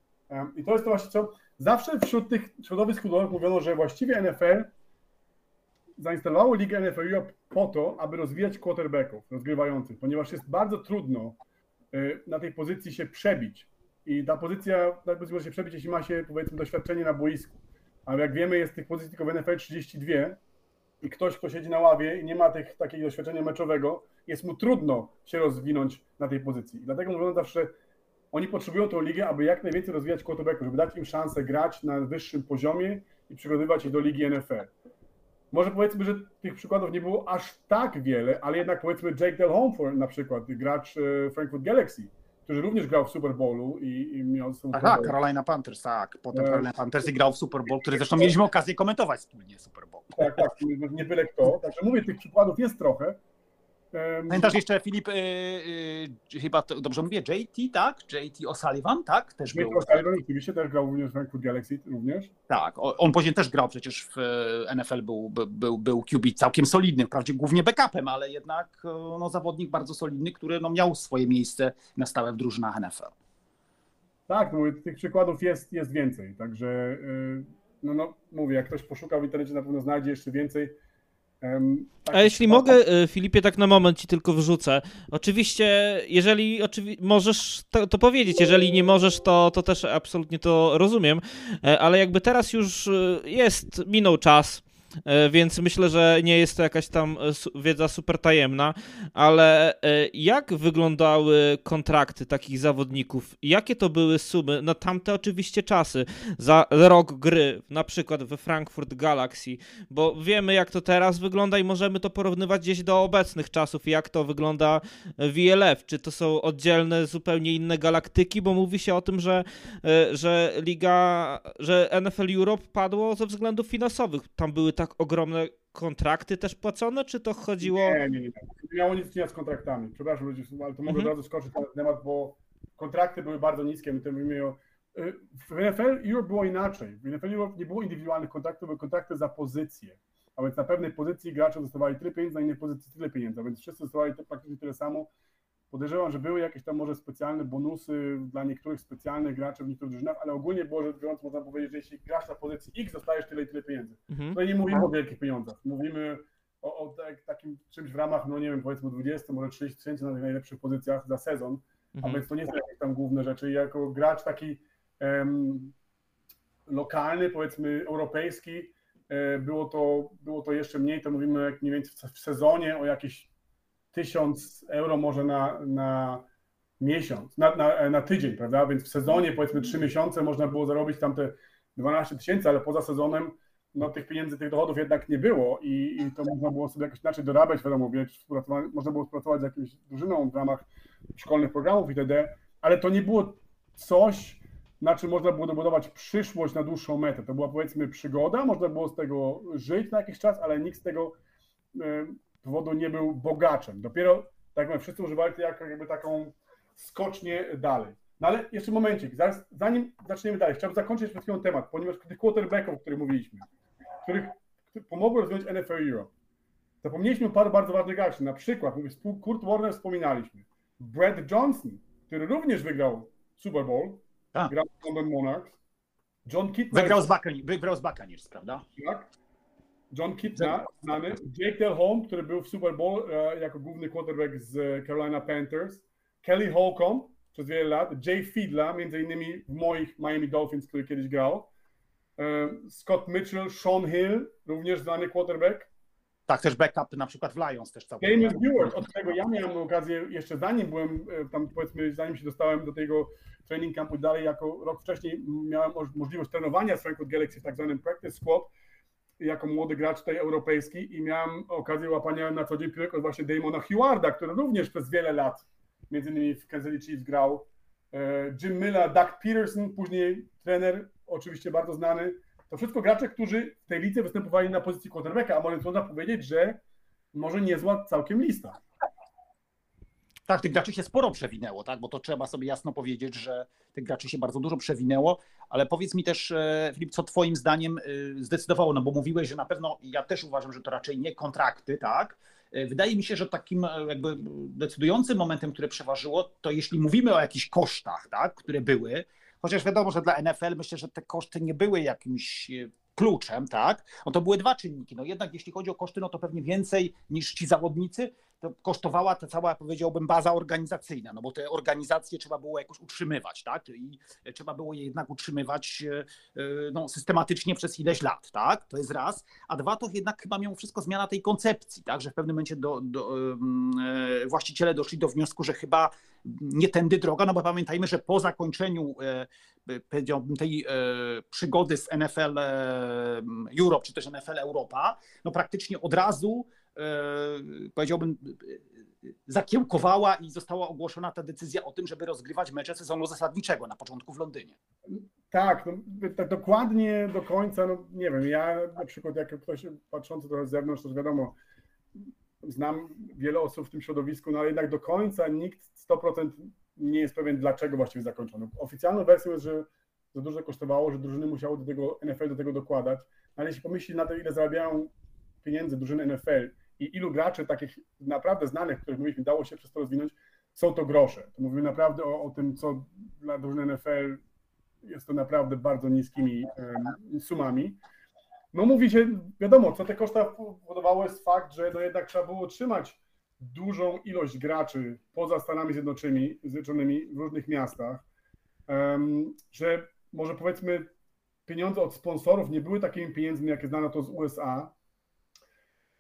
I to jest to właśnie co, zawsze wśród tych środowisk futbolowych mówiono, że właściwie NFL zainstalowało ligę NFL Europe po to, aby rozwijać quarterbacków rozgrywających, ponieważ jest bardzo trudno na tej pozycji się przebić. I ta pozycja może się przebić, jeśli ma się, powiedzmy, doświadczenie na boisku. Ale jak wiemy, jest tych pozycji tylko w NFL 32 i ktoś, kto siedzi na ławie i nie ma takiego doświadczenia meczowego, jest mu trudno się rozwinąć na tej pozycji. I dlatego mówią zawsze, oni potrzebują tą ligę, aby jak najwięcej rozwijać quarterbacków, żeby dać im szansę grać na wyższym poziomie i przygotowywać ich do ligi NFL. Może powiedzmy, że tych przykładów nie było aż tak wiele, ale jednak powiedzmy Jake Del Homme na przykład, gracz Frankfurt Galaxy, który również grał w Super Bowlu i miał... Tak, Carolina Panthers, tak. Potem Carolina Panthers i grał w Super Bowl, który zresztą mieliśmy okazję komentować wspólnie Super Bowl. Tak, nie byle kto. Także mówię, tych przykładów jest trochę. Pamiętasz jeszcze, Filip, chyba dobrze mówię, JT, tak? JT O'Sullivan, tak? Też był. O'Sullivan oczywiście też grał również w Frankfurt Galaxy, również. Tak, on później też grał przecież w NFL, był QB całkiem solidny, wprawdzie głównie backupem, ale jednak no, zawodnik bardzo solidny, który no, miał swoje miejsce na stałe w drużynach NFL. Tak, no, tych przykładów jest więcej, także no, mówię, jak ktoś poszuka w internecie, na pewno znajdzie jeszcze więcej. A jeśli mogę, Filipie, tak na moment ci tylko wrzucę. Oczywiście, jeżeli możesz to powiedzieć, jeżeli nie możesz, to też absolutnie to rozumiem, ale jakby teraz już minął czas, więc myślę, że nie jest to jakaś tam wiedza super tajemna, ale jak wyglądały kontrakty takich zawodników? Jakie to były sumy na tamte oczywiście czasy za rok gry, na przykład we Frankfurt Galaxy, bo wiemy jak to teraz wygląda i możemy to porównywać gdzieś do obecnych czasów, jak to wygląda w ELF, czy to są oddzielne, zupełnie inne galaktyki, bo mówi się o tym, że NFL Europe padło ze względów finansowych. Tam były tak ogromne kontrakty też płacone, czy to chodziło... Nie. Nie miało nic z kontraktami. Przepraszam ludzi, ale to mogę od razu skoczyć na ten temat, bo kontrakty były bardzo niskie. My to mówimy o... W NFL Europe było inaczej. W NFL Europe nie było indywidualnych kontraktów, były kontrakty za pozycje. A więc na pewnej pozycji gracze dostawali tyle pieniędzy, na innej pozycji tyle pieniędzy. A więc wszyscy dostawali praktycznie tyle samo. Podejrzewam, że były jakieś tam może specjalne bonusy dla niektórych specjalnych graczy w niektórych drużynach, ale ogólnie było rzecz biorąc, można powiedzieć, że jeśli grasz na pozycji X, dostajesz tyle i tyle pieniędzy. Tutaj nie mówimy o wielkich pieniądzach. Mówimy o takim czymś w ramach, no nie wiem, powiedzmy 20, może 30 tysięcy na tych najlepszych pozycjach za sezon, a więc to nie są jakieś tam główne rzeczy. I jako gracz taki lokalny, powiedzmy europejski, było to jeszcze mniej, to mówimy jak mniej więcej w sezonie o jakieś 1000 euro może na miesiąc, na tydzień, prawda? Więc w sezonie powiedzmy 3 miesiące można było zarobić tam te 12 tysięcy, ale poza sezonem no, tych pieniędzy, tych dochodów jednak nie było i to można było sobie jakoś inaczej dorabiać, wiadomo, można było współpracować z jakąś drużyną w ramach szkolnych programów itd., ale to nie było coś, na czym można było dobudować przyszłość na dłuższą metę. To była powiedzmy przygoda, można było z tego żyć na jakiś czas, ale nikt z tego powodu nie był bogaczem. Dopiero, tak jak wszyscy używali to jakby taką skocznię dalej. No ale jeszcze momencik, zanim zaczniemy dalej, chciałbym zakończyć przed chwilą temat, ponieważ tych quarterbacków, o których mówiliśmy, których pomogły rozwiązać NFL Europe, zapomnieliśmy o paru bardzo ważnych graczy. Na przykład, Kurt Warner wspominaliśmy, Brad Johnson, który również wygrał Super Bowl, grał w London Monarchs, John Kitna... Wygrał z Buccaneers, prawda? Tak. John Kitna, znany, Jake Delhomme, który był w Super Bowl jako główny quarterback z Carolina Panthers, Kelly Holcomb przez wiele lat, Jay Fiedler, między innymi w moich Miami Dolphins, który kiedyś grał, Scott Mitchell, Sean Hill, również znany quarterback. Tak, też backup na przykład w Lions też całkiem. Damon Stewart, od tego ja miałem okazję, jeszcze zanim byłem tam, powiedzmy, zanim się dostałem do tego training campu dalej, jako rok wcześniej miałem możliwość trenowania z Frankfurt Galaxy w tak zwanym practice squad, jako młody gracz tutaj europejski i miałem okazję łapania na co dzień piłek od właśnie Damona Hewarda, który również przez wiele lat między innymi w Kansas City Chiefs grał, Jim Miller, Doug Peterson, później trener, oczywiście bardzo znany. To wszystko gracze, którzy w tej lidze występowali na pozycji quarterbacka, a można powiedzieć, że może niezła całkiem lista. Tak, tych graczy się sporo przewinęło, tak? Bo to trzeba sobie jasno powiedzieć, że tych graczy się bardzo dużo przewinęło, ale powiedz mi też, Filip, co twoim zdaniem zdecydowało, no bo mówiłeś, że na pewno, ja też uważam, że to raczej nie kontrakty, tak? Wydaje mi się, że takim jakby decydującym momentem, które przeważyło, to jeśli mówimy o jakichś kosztach, tak, które były, chociaż wiadomo, że dla NFL myślę, że te koszty nie były jakimś kluczem, tak? No to były dwa czynniki. No jednak jeśli chodzi o koszty, no to pewnie więcej niż ci zawodnicy, to kosztowała ta cała, powiedziałbym, baza organizacyjna, no bo te organizacje trzeba było jakoś utrzymywać, tak? I trzeba było je jednak utrzymywać no, systematycznie przez ileś lat, tak? To jest raz. A dwa, to jednak chyba mimo wszystko zmiana tej koncepcji, tak? Że w pewnym momencie właściciele doszli do wniosku, że chyba nie tędy droga, no bo pamiętajmy, że po zakończeniu powiedziałbym tej przygody z NFL Europe, czy też NFL Europa, no praktycznie od razu powiedziałbym zakiełkowała i została ogłoszona ta decyzja o tym, żeby rozgrywać mecze sezonu zasadniczego na początku w Londynie. Tak, no, tak dokładnie do końca, no nie wiem, ja na przykład jak ktoś patrzący trochę z zewnątrz, to wiadomo, znam wiele osób w tym środowisku, no ale jednak do końca nikt 100% nie jest pewien, dlaczego właściwie zakończono. Oficjalną wersją jest, że za dużo kosztowało, że drużyny musiały do tego NFL do tego dokładać, ale jeśli pomyśli na to, ile zarabiają pieniędzy drużyny NFL i ilu graczy takich naprawdę znanych, których mówiliśmy, dało się przez to rozwinąć, są to grosze. To mówimy naprawdę o tym, co dla drużyny NFL jest to naprawdę bardzo niskimi sumami. No mówi się, wiadomo, co te koszta powodowało jest fakt, że no jednak trzeba było utrzymać dużą ilość graczy poza Stanami Zjednoczonymi w różnych miastach, że może powiedzmy pieniądze od sponsorów nie były takimi pieniędzmi, jakie znano to z USA,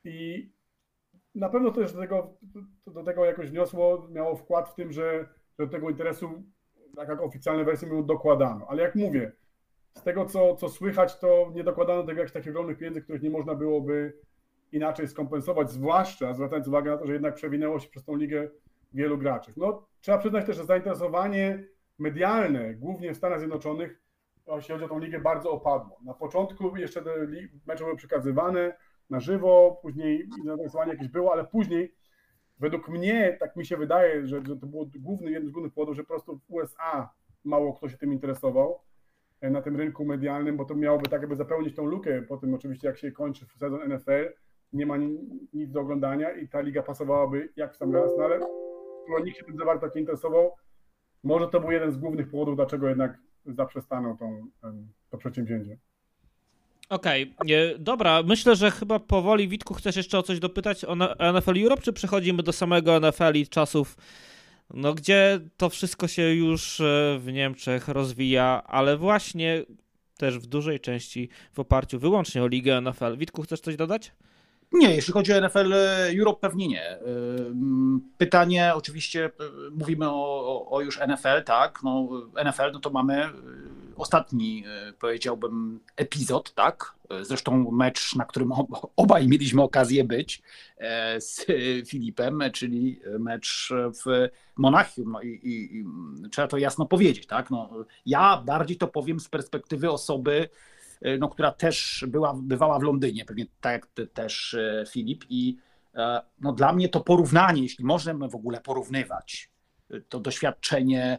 I na pewno też do tego jakoś miało wkład w tym, że do tego interesu, tak jak oficjalne wersje mówią, dokładano. Ale jak mówię, z tego co słychać, to nie dokładano tego jakichś takich ogromnych pieniędzy, których nie można byłoby inaczej skompensować, zwłaszcza zwracając uwagę na to, że jednak przewinęło się przez tą ligę wielu graczy. No, trzeba przyznać też, że zainteresowanie medialne, głównie w Stanach Zjednoczonych, jeśli chodzi o tą ligę, bardzo opadło. Na początku jeszcze te mecze były przekazywane na żywo, później zainteresowanie jakieś było, ale później według mnie, tak mi się wydaje, że to było jeden z głównych powodów, że po prostu w USA mało kto się tym interesował na tym rynku medialnym, bo to miałoby tak jakby zapełnić tą lukę po tym oczywiście, jak się kończy sezon NFL, nie ma nic do oglądania i ta liga pasowałaby jak w sam raz, no ale nikt się tym za bardzo tak nie interesował. Może to był jeden z głównych powodów, dlaczego jednak zaprzestano to przedsięwzięcie. Okej, dobra, myślę, że chyba powoli, Witku, chcesz jeszcze o coś dopytać o NFL Europe, czy przechodzimy do samego NFL i czasów, no gdzie to wszystko się już w Niemczech rozwija, ale właśnie też w dużej części w oparciu wyłącznie o ligę NFL. Witku, chcesz coś dodać? Nie, jeśli chodzi o NFL Europe, pewnie nie. Pytanie, oczywiście mówimy o już NFL, tak? No, NFL, no to mamy ostatni, powiedziałbym, epizod, tak? Zresztą mecz, na którym obaj mieliśmy okazję być z Filipem, czyli mecz w Monachium. No i trzeba to jasno powiedzieć, tak? No, ja bardziej to powiem z perspektywy osoby, no, która też bywała w Londynie, pewnie tak jak ty też, Filip, i no, dla mnie to porównanie, jeśli możemy w ogóle porównywać to doświadczenie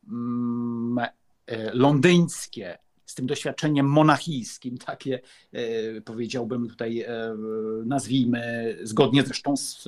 londyńskie z tym doświadczeniem monachijskim, takie powiedziałbym tutaj, nazwijmy, zgodnie zresztą z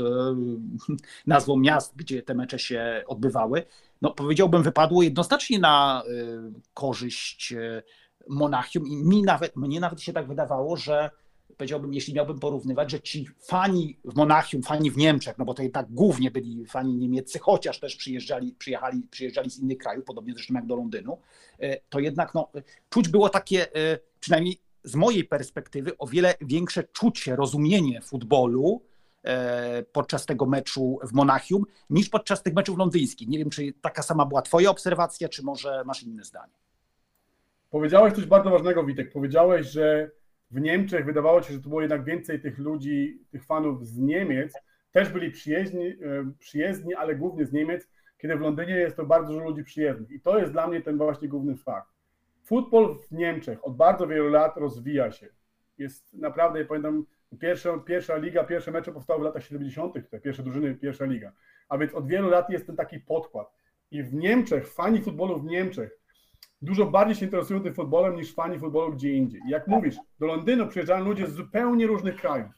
nazwą miast, gdzie te mecze się odbywały, no powiedziałbym, wypadło jednoznacznie na korzyść Monachium i mnie nawet się tak wydawało, że powiedziałbym, jeśli miałbym porównywać, że ci fani w Monachium, fani w Niemczech, no bo to jednak głównie byli fani niemieccy, chociaż też przyjeżdżali z innych krajów, podobnie zresztą jak do Londynu, to jednak no, czuć było takie, przynajmniej z mojej perspektywy, o wiele większe czucie, rozumienie futbolu podczas tego meczu w Monachium niż podczas tych meczów londyńskich. Nie wiem, czy taka sama była twoja obserwacja, czy może masz inne zdanie. Powiedziałeś coś bardzo ważnego, Witek. Powiedziałeś, że w Niemczech wydawało ci się, że to było jednak więcej tych ludzi, tych fanów z Niemiec. Też byli przyjezdni, ale głównie z Niemiec, kiedy w Londynie jest to bardzo dużo ludzi przyjezdnych. I to jest dla mnie ten właśnie główny fakt. Futbol w Niemczech od bardzo wielu lat rozwija się. Jest naprawdę, ja pamiętam, pierwsza liga, pierwsze mecze powstały w latach 70., te pierwsze drużyny, pierwsza liga. A więc od wielu lat jest ten taki podkład. I w Niemczech, fani futbolu w Niemczech dużo bardziej się interesują tym futbolem niż fani futbolu gdzie indziej. Jak mówisz, do Londynu przyjeżdżają ludzie z zupełnie różnych krajów.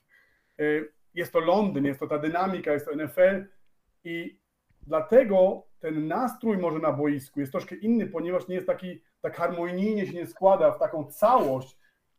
Jest to Londyn, jest to ta dynamika, jest to NFL i dlatego ten nastrój może na boisku jest troszkę inny, ponieważ nie jest tak harmonijnie się nie składa w taką całość,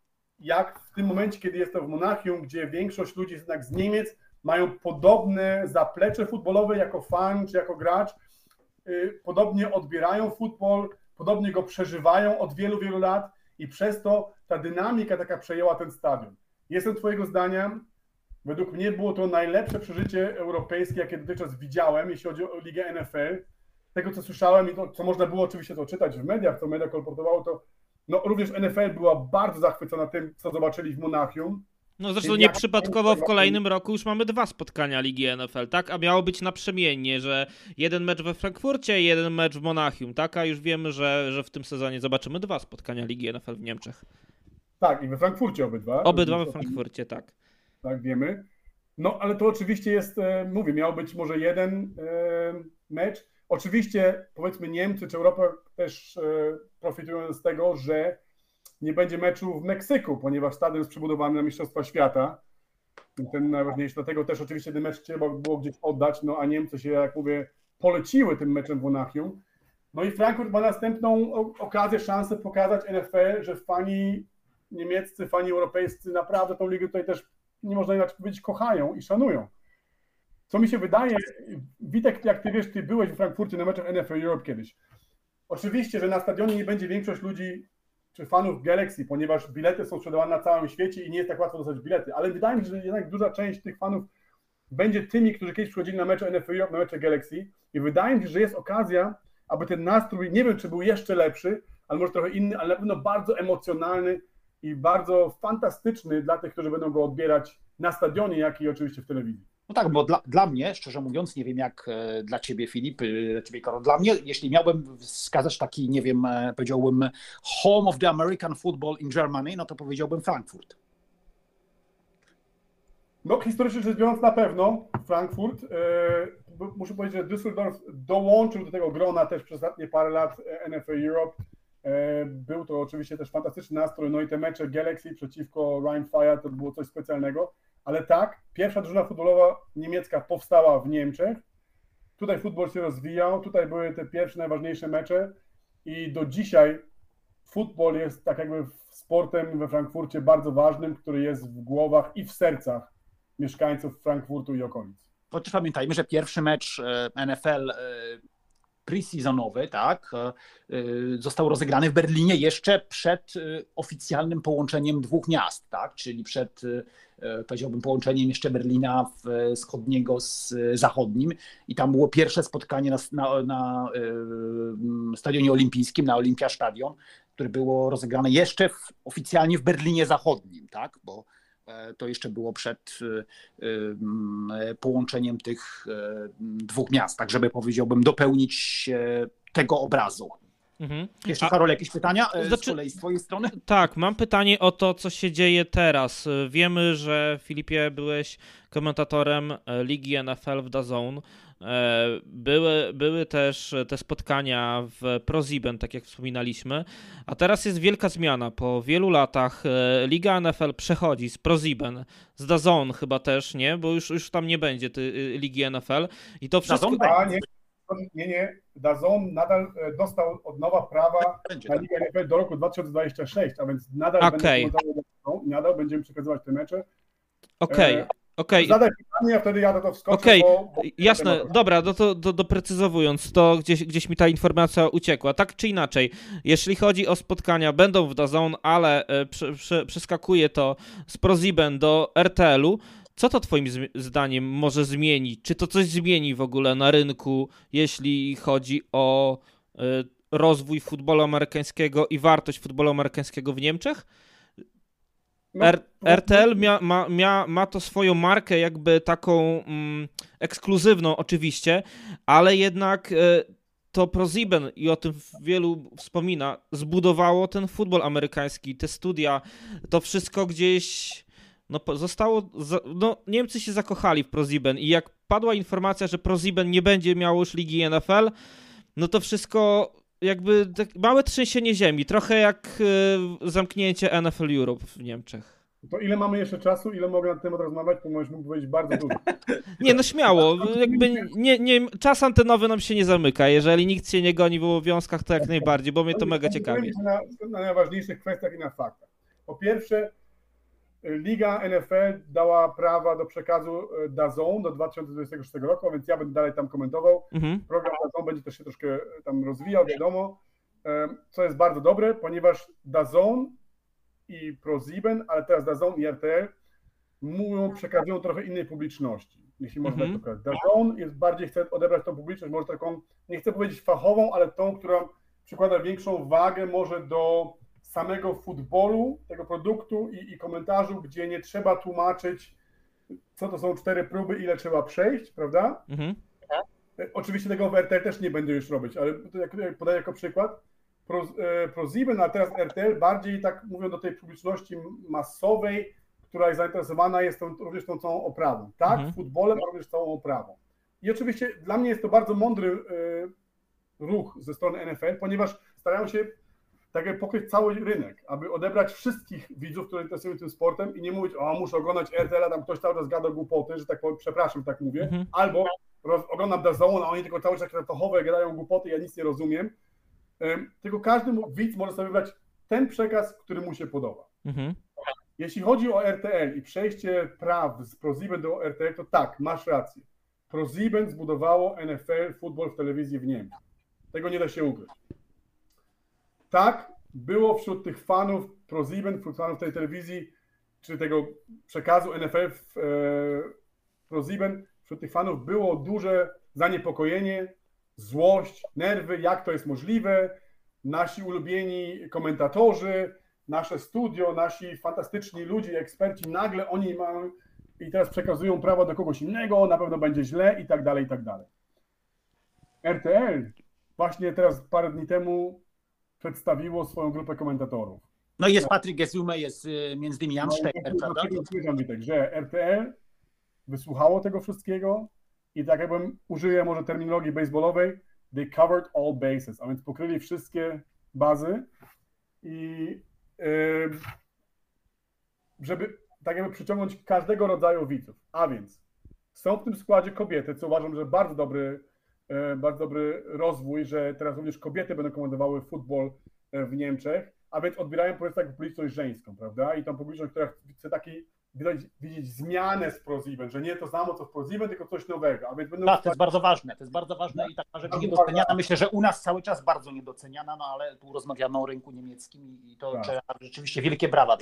jak w tym momencie, kiedy jest to w Monachium, gdzie większość ludzi jednak z Niemiec mają podobne zaplecze futbolowe jako fan czy jako gracz, podobnie odbierają futbol, podobnie go przeżywają od wielu, wielu lat i przez to ta dynamika taka przejęła ten stadion. Jestem twojego zdania, według mnie było to najlepsze przeżycie europejskie, jakie dotychczas widziałem, jeśli chodzi o ligę NFL. Tego, co słyszałem i to, co można było oczywiście to czytać w mediach, co media kolportowało, to no, również NFL była bardzo zachwycona tym, co zobaczyli w Monachium. No zresztą nieprzypadkowo w kolejnym roku już mamy 2 spotkania Ligi NFL, tak? A miało być naprzemiennie, że jeden mecz we Frankfurcie i jeden mecz w Monachium, tak? A już wiemy, że w tym sezonie zobaczymy 2 spotkania Ligi NFL w Niemczech. Tak, i we Frankfurcie obydwa. Obydwa we Frankfurcie, tak. Tak, wiemy. No, ale to oczywiście jest, mówię, miał być może jeden mecz. Oczywiście, powiedzmy, Niemcy czy Europa też profitują z tego, że nie będzie meczu w Meksyku, ponieważ stadion jest przebudowany na Mistrzostwa Świata. Ten najważniejszy, dlatego też oczywiście ten mecz trzeba było gdzieś oddać, no a Niemcy się, jak mówię, poleciły tym meczem w Monachium. No i Frankfurt ma następną okazję, szansę pokazać NFL, że fani niemieccy, fani europejscy naprawdę tą ligę tutaj też, nie można inaczej powiedzieć, kochają i szanują. Co mi się wydaje, Witek, jak ty wiesz, ty byłeś w Frankfurcie na meczach NFL Europe kiedyś. Oczywiście, że na stadionie nie będzie większość ludzi czy fanów Galaxy, ponieważ bilety są sprzedawane na całym świecie i nie jest tak łatwo dostać bilety, ale wydaje mi się, że jednak duża część tych fanów będzie tymi, którzy kiedyś przychodzili na mecze NFL Europe, na mecze Galaxy i wydaje mi się, że jest okazja, aby ten nastrój, nie wiem, czy był jeszcze lepszy, ale może trochę inny, ale na pewno bardzo emocjonalny i bardzo fantastyczny dla tych, którzy będą go odbierać na stadionie, jak i oczywiście w telewizji. No tak, bo dla mnie, szczerze mówiąc, nie wiem jak dla ciebie, Filip, dla ciebie, Karol, dla mnie, jeśli miałbym wskazać taki, nie wiem, powiedziałbym home of the American football in Germany, no to powiedziałbym Frankfurt. No historycznie rzecz biorąc na pewno Frankfurt. Muszę powiedzieć, że Düsseldorf dołączył do tego grona też przez ostatnie parę lat NFL Europe. Był to oczywiście też fantastyczny nastrój, no i te mecze Galaxy przeciwko Rhein Fire to było coś specjalnego, ale tak, pierwsza drużyna futbolowa niemiecka powstała w Niemczech, tutaj futbol się rozwijał, tutaj były te pierwsze najważniejsze mecze i do dzisiaj futbol jest tak jakby sportem we Frankfurcie bardzo ważnym, który jest w głowach i w sercach mieszkańców Frankfurtu i okolic. Bo też pamiętajmy, że pierwszy mecz NFL pre-seasonowy, tak, został rozegrany w Berlinie jeszcze przed oficjalnym połączeniem dwóch miast, tak, czyli przed, powiedziałbym, połączeniem jeszcze Berlina wschodniego z zachodnim i tam było pierwsze spotkanie na stadionie olimpijskim, na Olympiastadion, które było rozegrane jeszcze oficjalnie w Berlinie Zachodnim, tak, bo to jeszcze było przed połączeniem tych dwóch miast, tak żeby, powiedziałbym, dopełnić tego obrazu. Mhm. Jeszcze, Karol, jakieś pytania z kolei z twojej strony? Tak, mam pytanie o to, co się dzieje teraz. Wiemy, że, Filipie, byłeś komentatorem Ligi NFL w DAZN. Były też te spotkania w ProSieben, tak jak wspominaliśmy, a teraz jest wielka zmiana. Po wielu latach Liga NFL przechodzi z ProSieben, z DAZN chyba też, nie? Bo już tam nie będzie Ligi NFL i to wszystko... Nie. DAZN nadal dostał od nowa prawa na Ligę NFL do roku 2026, a więc nadal nadal będziemy przekazywać te mecze. Okej. Zadaj pytanie, a wtedy ja do to wskoczę. Okej, jasne, dobra, doprecyzowując, to gdzieś mi ta informacja uciekła. Tak czy inaczej, jeśli chodzi o spotkania, będą w DAZN, ale przeskakuje to z ProSieben do RTL-u. Co to twoim zdaniem może zmienić? Czy to coś zmieni w ogóle na rynku, jeśli chodzi o rozwój futbolu amerykańskiego i wartość futbolu amerykańskiego w Niemczech? RTL ma to swoją markę jakby taką ekskluzywną oczywiście, ale jednak to ProSieben, i o tym wielu wspomina, zbudowało ten futbol amerykański, te studia, to wszystko gdzieś zostało, Niemcy się zakochali w ProSieben i jak padła informacja, że ProSieben nie będzie miało już ligi NFL, no to wszystko jakby tak małe trzęsienie ziemi, trochę jak zamknięcie NFL Europe w Niemczech. To ile mamy jeszcze czasu, ile mogę na ten temat rozmawiać, bo mógł powiedzieć bardzo dużo. Nie, no śmiało, jakby czas antenowy nam się nie zamyka, jeżeli nikt się nie goni w obowiązkach, to jak najbardziej, bo mnie to mega ciekawi. Na najważniejszych kwestiach i na faktach. Po pierwsze, Liga NFL dała prawa do przekazu DAZN do 2026 roku, więc ja będę dalej tam komentował. Program DAZN będzie też się troszkę tam rozwijał, wiadomo, co jest bardzo dobre, ponieważ DAZN i ProSieben, ale teraz DAZN i RTL przekazują trochę innej publiczności, jeśli można tak powiedzieć. DAZN bardziej chce odebrać tą publiczność, może taką, nie chcę powiedzieć fachową, ale tą, która przykłada większą wagę może do samego futbolu, tego produktu i komentarzu, gdzie nie trzeba tłumaczyć, co to są 4 próby, ile trzeba przejść, prawda? Oczywiście tego w RTL też nie będę już robić, ale jak podaję jako przykład, ProSieben, a teraz RTL bardziej tak mówią do tej publiczności masowej, która jest zainteresowana jest również tą całą oprawą. Tak, futbolem, ale również całą oprawą. I oczywiście dla mnie jest to bardzo mądry ruch ze strony NFL, ponieważ starają się tak jak pokryć cały rynek, aby odebrać wszystkich widzów, którzy interesują się tym sportem i nie mówić, muszę oglądać RTL-a, tam ktoś cały czas gada głupoty, że tak powiem, przepraszam, tak mówię, albo oglądam DAZN, a oni tylko cały czas fachowe gadają głupoty, ja nic nie rozumiem. Tylko każdy widz może sobie wybrać ten przekaz, który mu się podoba. Jeśli chodzi o RTL i przejście praw z ProSieben do RTL, to tak, masz rację. ProSieben zbudowało NFL, futbol w telewizji w Niemczech. Tego nie da się ukryć. Tak, było wśród tych fanów ProSieben, wśród fanów tej telewizji, czy tego przekazu NFL w ProSieben, wśród tych fanów było duże zaniepokojenie, złość, nerwy, jak to jest możliwe. Nasi ulubieni komentatorzy, nasze studio, nasi fantastyczni ludzie, eksperci, nagle oni mają i teraz przekazują prawo do kogoś innego, na pewno będzie źle i tak dalej, i tak dalej. RTL właśnie teraz parę dni temu przedstawiło swoją grupę komentatorów. No i jest Patryk Gesume, jest między innymi Jan Steiner, prawda? Witek, że RTL wysłuchało tego wszystkiego i tak jakbym użyję może terminologii baseballowej, they covered all bases, a więc pokryli wszystkie bazy i żeby tak jakby przyciągnąć każdego rodzaju widzów. A więc są w tym składzie kobiety, co uważam, że bardzo dobry rozwój, że teraz również kobiety będą komentowały futbol w Niemczech, a więc odbierają powiedzmy taką publiczność żeńską, prawda? I tą publiczność, która chce widzieć zmianę z ProSieben, że nie to samo co w ProSieben, tylko coś nowego. A więc będą tak, to jest bardzo ważne. To jest bardzo ważne i taka rzecz niedoceniana. Myślę, że u nas cały czas bardzo niedoceniana, no ale tu rozmawiamy o rynku niemieckim i to trzeba rzeczywiście wielkie brawa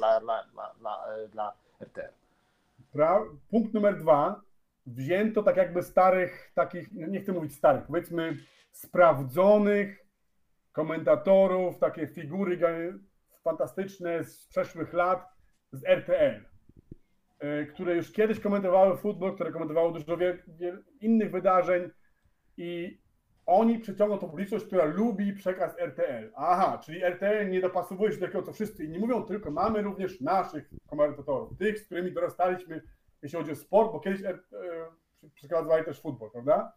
dla RTL. Punkt numer 2. Wzięto tak jakby starych, takich, nie chcę mówić starych, powiedzmy sprawdzonych komentatorów, takie figury fantastyczne z przeszłych lat z RTL, które już kiedyś komentowały futbol, które komentowały dużo innych wydarzeń i oni przyciągną tą publiczność, która lubi przekaz RTL. Aha, czyli RTL nie dopasowuje się do tego, co wszyscy inni mówią, tylko mamy również naszych komentatorów, tych, z którymi dorastaliśmy, jeśli chodzi o sport, bo kiedyś przekazywali też futbol, prawda?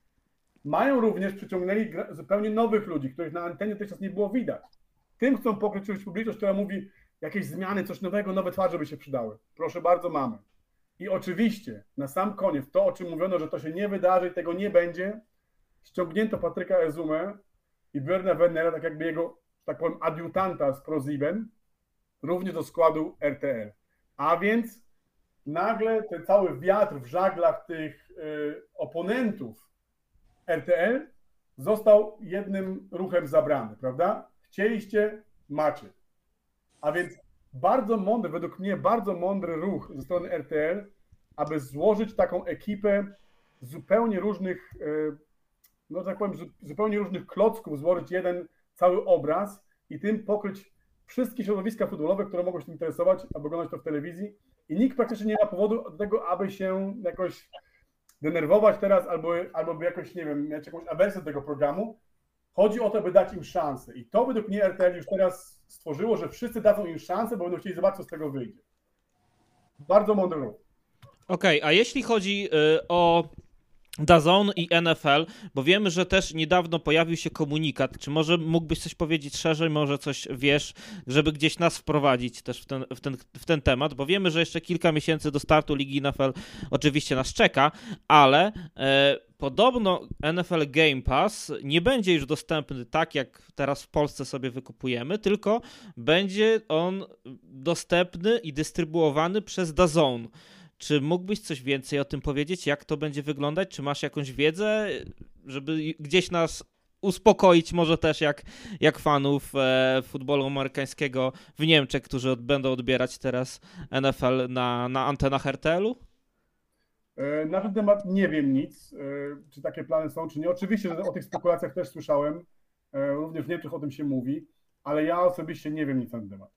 Przyciągnęli zupełnie nowych ludzi, których na antenie dotychczas nie było widać. Tym chcą pokryć publiczność, która mówi, jakieś zmiany, coś nowego, nowe twarze by się przydały. Proszę bardzo, mamy. I oczywiście na sam koniec to, o czym mówiono, że to się nie wydarzy i tego nie będzie, ściągnięto Patryka Gesume i Björna Wernera, tak jakby jego, że tak powiem, adiutanta z ProSieben, również do składu RTL. A więc nagle ten cały wiatr w żaglach tych oponentów RTL został jednym ruchem zabrany, prawda? Chcieliście, macie. A więc bardzo mądry, według mnie bardzo mądry ruch ze strony RTL, aby złożyć taką ekipę zupełnie różnych, no tak powiem, zupełnie różnych klocków, złożyć jeden cały obraz i tym pokryć wszystkie środowiska futbolowe, które mogą się tym interesować, aby oglądać to w telewizji. I nikt praktycznie nie ma powodu do tego, aby się jakoś denerwować teraz albo by jakoś, nie wiem, mieć jakąś awersję do tego programu. Chodzi o to, by dać im szansę. I to według mnie RTL już teraz stworzyło, że wszyscy dadzą im szansę, bo będą chcieli zobaczyć, co z tego wyjdzie. Bardzo mądry ruch. Okej, a jeśli chodzi o DAZN i NFL, bo wiemy, że też niedawno pojawił się komunikat. Czy może mógłbyś coś powiedzieć szerzej, może coś wiesz, żeby gdzieś nas wprowadzić też w ten temat, bo wiemy, że jeszcze kilka miesięcy do startu Ligi NFL oczywiście nas czeka, ale podobno NFL Game Pass nie będzie już dostępny tak, jak teraz w Polsce sobie wykupujemy, tylko będzie on dostępny i dystrybuowany przez DAZN. Czy mógłbyś coś więcej o tym powiedzieć? Jak to będzie wyglądać? Czy masz jakąś wiedzę, żeby gdzieś nas uspokoić może też jak fanów futbolu amerykańskiego w Niemczech, którzy będą odbierać teraz NFL na antenach RTL-u? Na ten temat nie wiem nic, czy takie plany są, czy nie. Oczywiście, że o tych spekulacjach też słyszałem, również w Niemczech o tym się mówi, ale ja osobiście nie wiem nic na ten temat.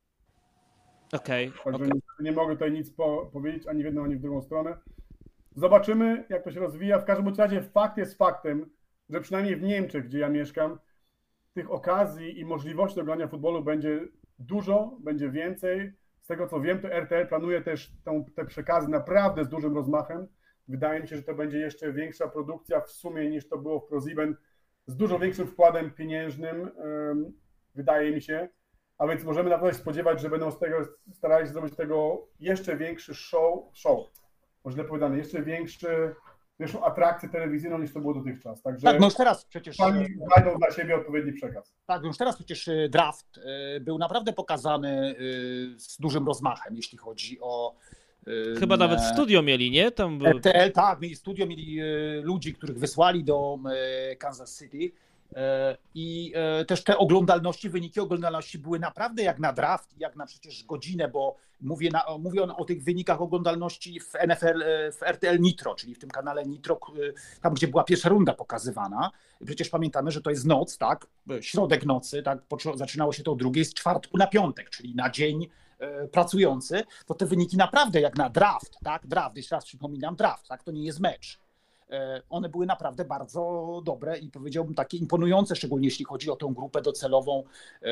Okej. Nie mogę tutaj nic powiedzieć ani w jedną, ani w drugą stronę. Zobaczymy, jak to się rozwija. W każdym razie fakt jest faktem, że przynajmniej w Niemczech, gdzie ja mieszkam, tych okazji i możliwości do oglądania futbolu będzie dużo, będzie więcej. Z tego co wiem, to RTL planuje też te przekazy naprawdę z dużym rozmachem. Wydaje mi się, że to będzie jeszcze większa produkcja w sumie niż to było w ProSieben, z dużo większym wkładem pieniężnym, wydaje mi się. A więc możemy naprawdę spodziewać, że będą z tego starali się zrobić tego jeszcze większy show, może źle powiedziane, jeszcze większą atrakcję telewizyjną niż to było dotychczas. Także tak, no już teraz przecież znajdą dla siebie odpowiedni przekaz. Tak, już teraz przecież draft był naprawdę pokazany z dużym rozmachem, jeśli chodzi o... Chyba nawet studio mieli, nie? Tam RTL, tak, mieli studio, mieli ludzi, których wysłali do Kansas City I też te wyniki oglądalności były naprawdę jak na draft, jak na przecież godzinę, bo mówię o tych wynikach oglądalności w NFL, w RTL Nitro, czyli w tym kanale Nitro, tam gdzie była pierwsza runda pokazywana. Przecież pamiętamy, że to jest noc, tak? Środek nocy, tak? Zaczynało się to o 2:00 z czwartku na piątek, czyli na dzień pracujący, to te wyniki naprawdę jak na draft, tak? Draft, jeszcze raz przypominam, draft, tak? To nie jest mecz. One były naprawdę bardzo dobre i powiedziałbym takie imponujące, szczególnie jeśli chodzi o tę grupę docelową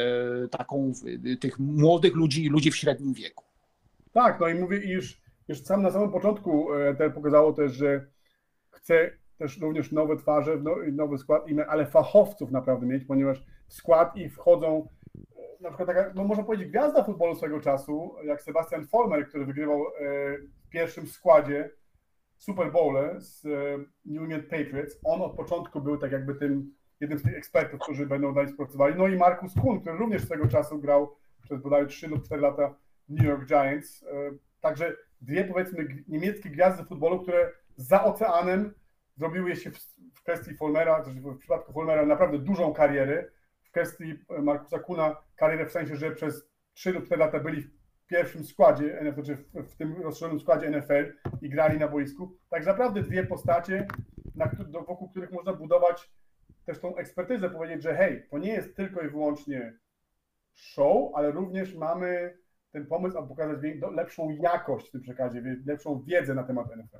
taką tych młodych ludzi w średnim wieku. Tak, no i mówię, już sam na samym początku pokazało też, że chce też również nowe twarze, nowy skład, ale fachowców naprawdę mieć, ponieważ w skład i wchodzą na przykład taka, no można powiedzieć, gwiazda futbolu swego czasu, jak Sebastian Vollmer, który wygrywał w pierwszym składzie Super Bowl z New England Patriots. On od początku był tak jakby tym jednym z tych ekspertów, którzy będą dalej współpracowali. No i Markus Kuhn, który również swego czasu grał przez bodaj 3 lub 4 lata w New York Giants. Także dwie, powiedzmy, niemieckie gwiazdy futbolu, które za oceanem zrobiły się w kwestii Vollmera, też w przypadku Vollmera naprawdę dużą karierę. W kwestii Markusa Kuhna karierę w sensie, że przez 3 lub 4 lata byli w pierwszym składzie NFL, czy w tym rozszerzonym składzie NFL i grali na boisku. Tak naprawdę dwie postacie, wokół których można budować też tą ekspertyzę, powiedzieć, że hej, to nie jest tylko i wyłącznie show, ale również mamy ten pomysł, aby pokazać lepszą jakość w tym przekazie, lepszą wiedzę na temat NFL.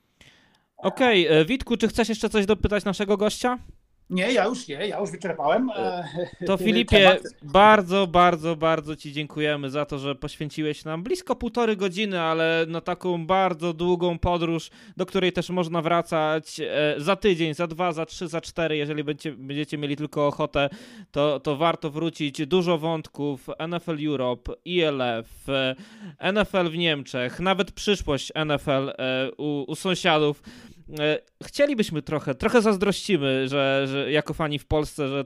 Okej, Witku, czy chcesz jeszcze coś dopytać naszego gościa? Nie, ja już wyczerpałem. To Filipie, bardzo, bardzo, bardzo Ci dziękujemy za to, że poświęciłeś nam blisko 1,5 godziny, ale na taką bardzo długą podróż, do której też można wracać za tydzień, za 2, za 3, za 4, jeżeli będziecie mieli tylko ochotę, to warto wrócić. Dużo wątków, NFL Europe, ILF, NFL w Niemczech, nawet przyszłość NFL u sąsiadów. Chcielibyśmy trochę zazdrościmy, że jako fani w Polsce, że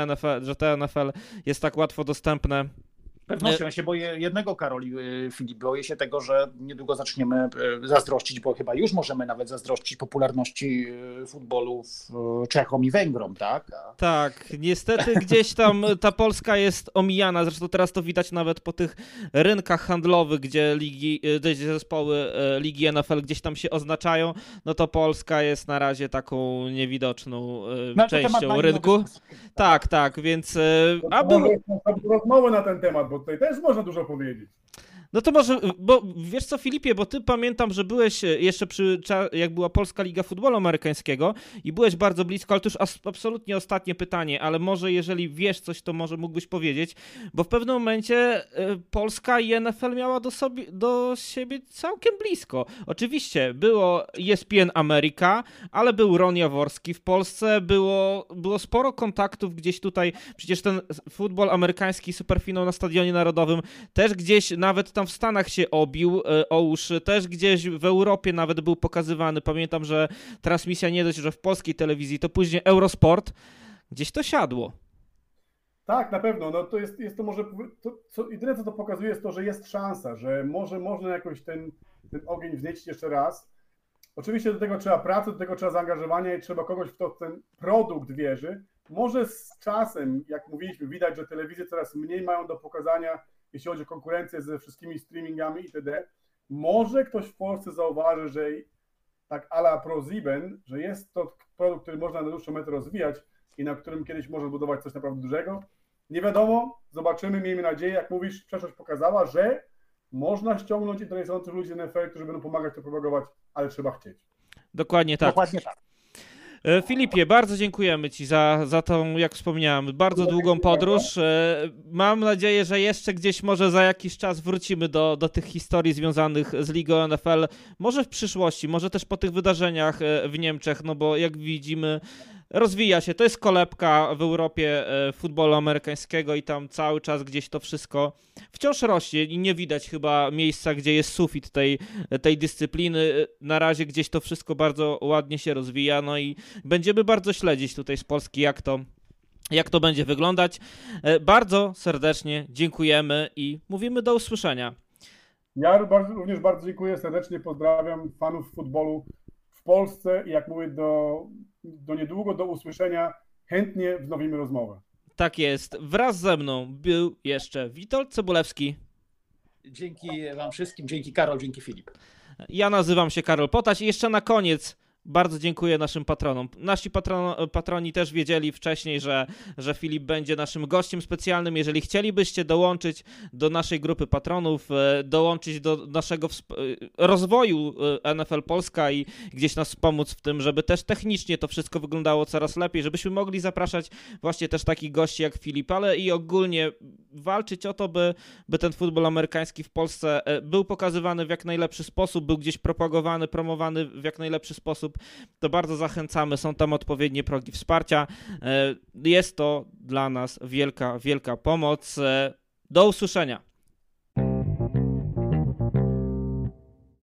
te NFL jest tak łatwo dostępne. Pewnością ja się boję jednego, Karoli, Filip, boję się tego, że niedługo zaczniemy zazdrościć, bo chyba już możemy nawet zazdrościć popularności futbolu Czechom i Węgrom, tak? Tak, niestety gdzieś tam ta Polska jest omijana, zresztą teraz to widać nawet po tych rynkach handlowych, gdzie zespoły ligi NFL gdzieś tam się oznaczają, no to Polska jest na razie taką niewidoczną częścią rynku. Tak, więc rozmowy na ten temat, bo tutaj też można dużo powiedzieć. No to może, bo wiesz co, Filipie, bo ty pamiętam, że byłeś jeszcze jak była Polska Liga Futbolu Amerykańskiego i byłeś bardzo blisko, ale to już absolutnie ostatnie pytanie, ale może jeżeli wiesz coś, to może mógłbyś powiedzieć, bo w pewnym momencie Polska i NFL miała do siebie całkiem blisko. Oczywiście było ESPN Ameryka, ale był Ron Jaworski w Polsce, było sporo kontaktów gdzieś tutaj, przecież ten futbol amerykański, superfinał na Stadionie Narodowym też gdzieś nawet tam w Stanach się obił o uszy, też gdzieś w Europie nawet był pokazywany. Pamiętam, że transmisja nie dość, że w polskiej telewizji, to później Eurosport, gdzieś to siadło. Tak, na pewno. No to jest to może, jedyne co to pokazuje jest to, że jest szansa, że może można jakoś ten ogień wznieść jeszcze raz. Oczywiście do tego trzeba pracy, do tego trzeba zaangażowania i trzeba kogoś, kto w ten produkt wierzy. Może z czasem, jak mówiliśmy, widać, że telewizje coraz mniej mają do pokazania, jeśli chodzi o konkurencję ze wszystkimi streamingami itd. Może ktoś w Polsce zauważy, że tak à la ProSieben, że jest to produkt, który można na dłuższą metę rozwijać i na którym kiedyś można budować coś naprawdę dużego. Nie wiadomo, zobaczymy, miejmy nadzieję, jak mówisz, przeszłość pokazała, że można ściągnąć interesujących ludzi z NFL, którzy będą pomagać to propagować, ale trzeba chcieć. Dokładnie tak. Filipie, bardzo dziękujemy Ci za tą, jak wspomniałem, bardzo długą podróż. Mam nadzieję, że jeszcze gdzieś może za jakiś czas wrócimy do tych historii związanych z Ligą NFL. Może w przyszłości, może też po tych wydarzeniach w Niemczech, no bo jak widzimy, rozwija się. To jest kolebka w Europie futbolu amerykańskiego i tam cały czas gdzieś to wszystko wciąż rośnie i nie widać chyba miejsca, gdzie jest sufit tej dyscypliny. Na razie gdzieś to wszystko bardzo ładnie się rozwija, no i będziemy bardzo śledzić tutaj z Polski, jak to będzie wyglądać. Bardzo serdecznie dziękujemy i mówimy do usłyszenia. Ja również bardzo dziękuję, serdecznie pozdrawiam fanów futbolu w Polsce i jak mówię, do niedługo, do usłyszenia. chętnie wznowimy rozmowę. Tak jest. Wraz ze mną był jeszcze Witold Cebulewski. Dzięki wam wszystkim, dzięki Karol, dzięki Filip. Ja nazywam się Karol Potać i jeszcze na koniec bardzo dziękuję naszym patronom. Nasi patroni też wiedzieli wcześniej, że Filip będzie naszym gościem specjalnym. Jeżeli chcielibyście dołączyć do naszej grupy patronów, dołączyć do naszego rozwoju NFL Polska i gdzieś nas pomóc w tym, żeby też technicznie to wszystko wyglądało coraz lepiej, żebyśmy mogli zapraszać właśnie też takich gości jak Filip, ale i ogólnie walczyć o to, by ten futbol amerykański w Polsce był pokazywany w jak najlepszy sposób, był gdzieś propagowany, promowany w jak najlepszy sposób, to bardzo zachęcamy. Są tam odpowiednie progi wsparcia. Jest to dla nas wielka, wielka pomoc. Do usłyszenia.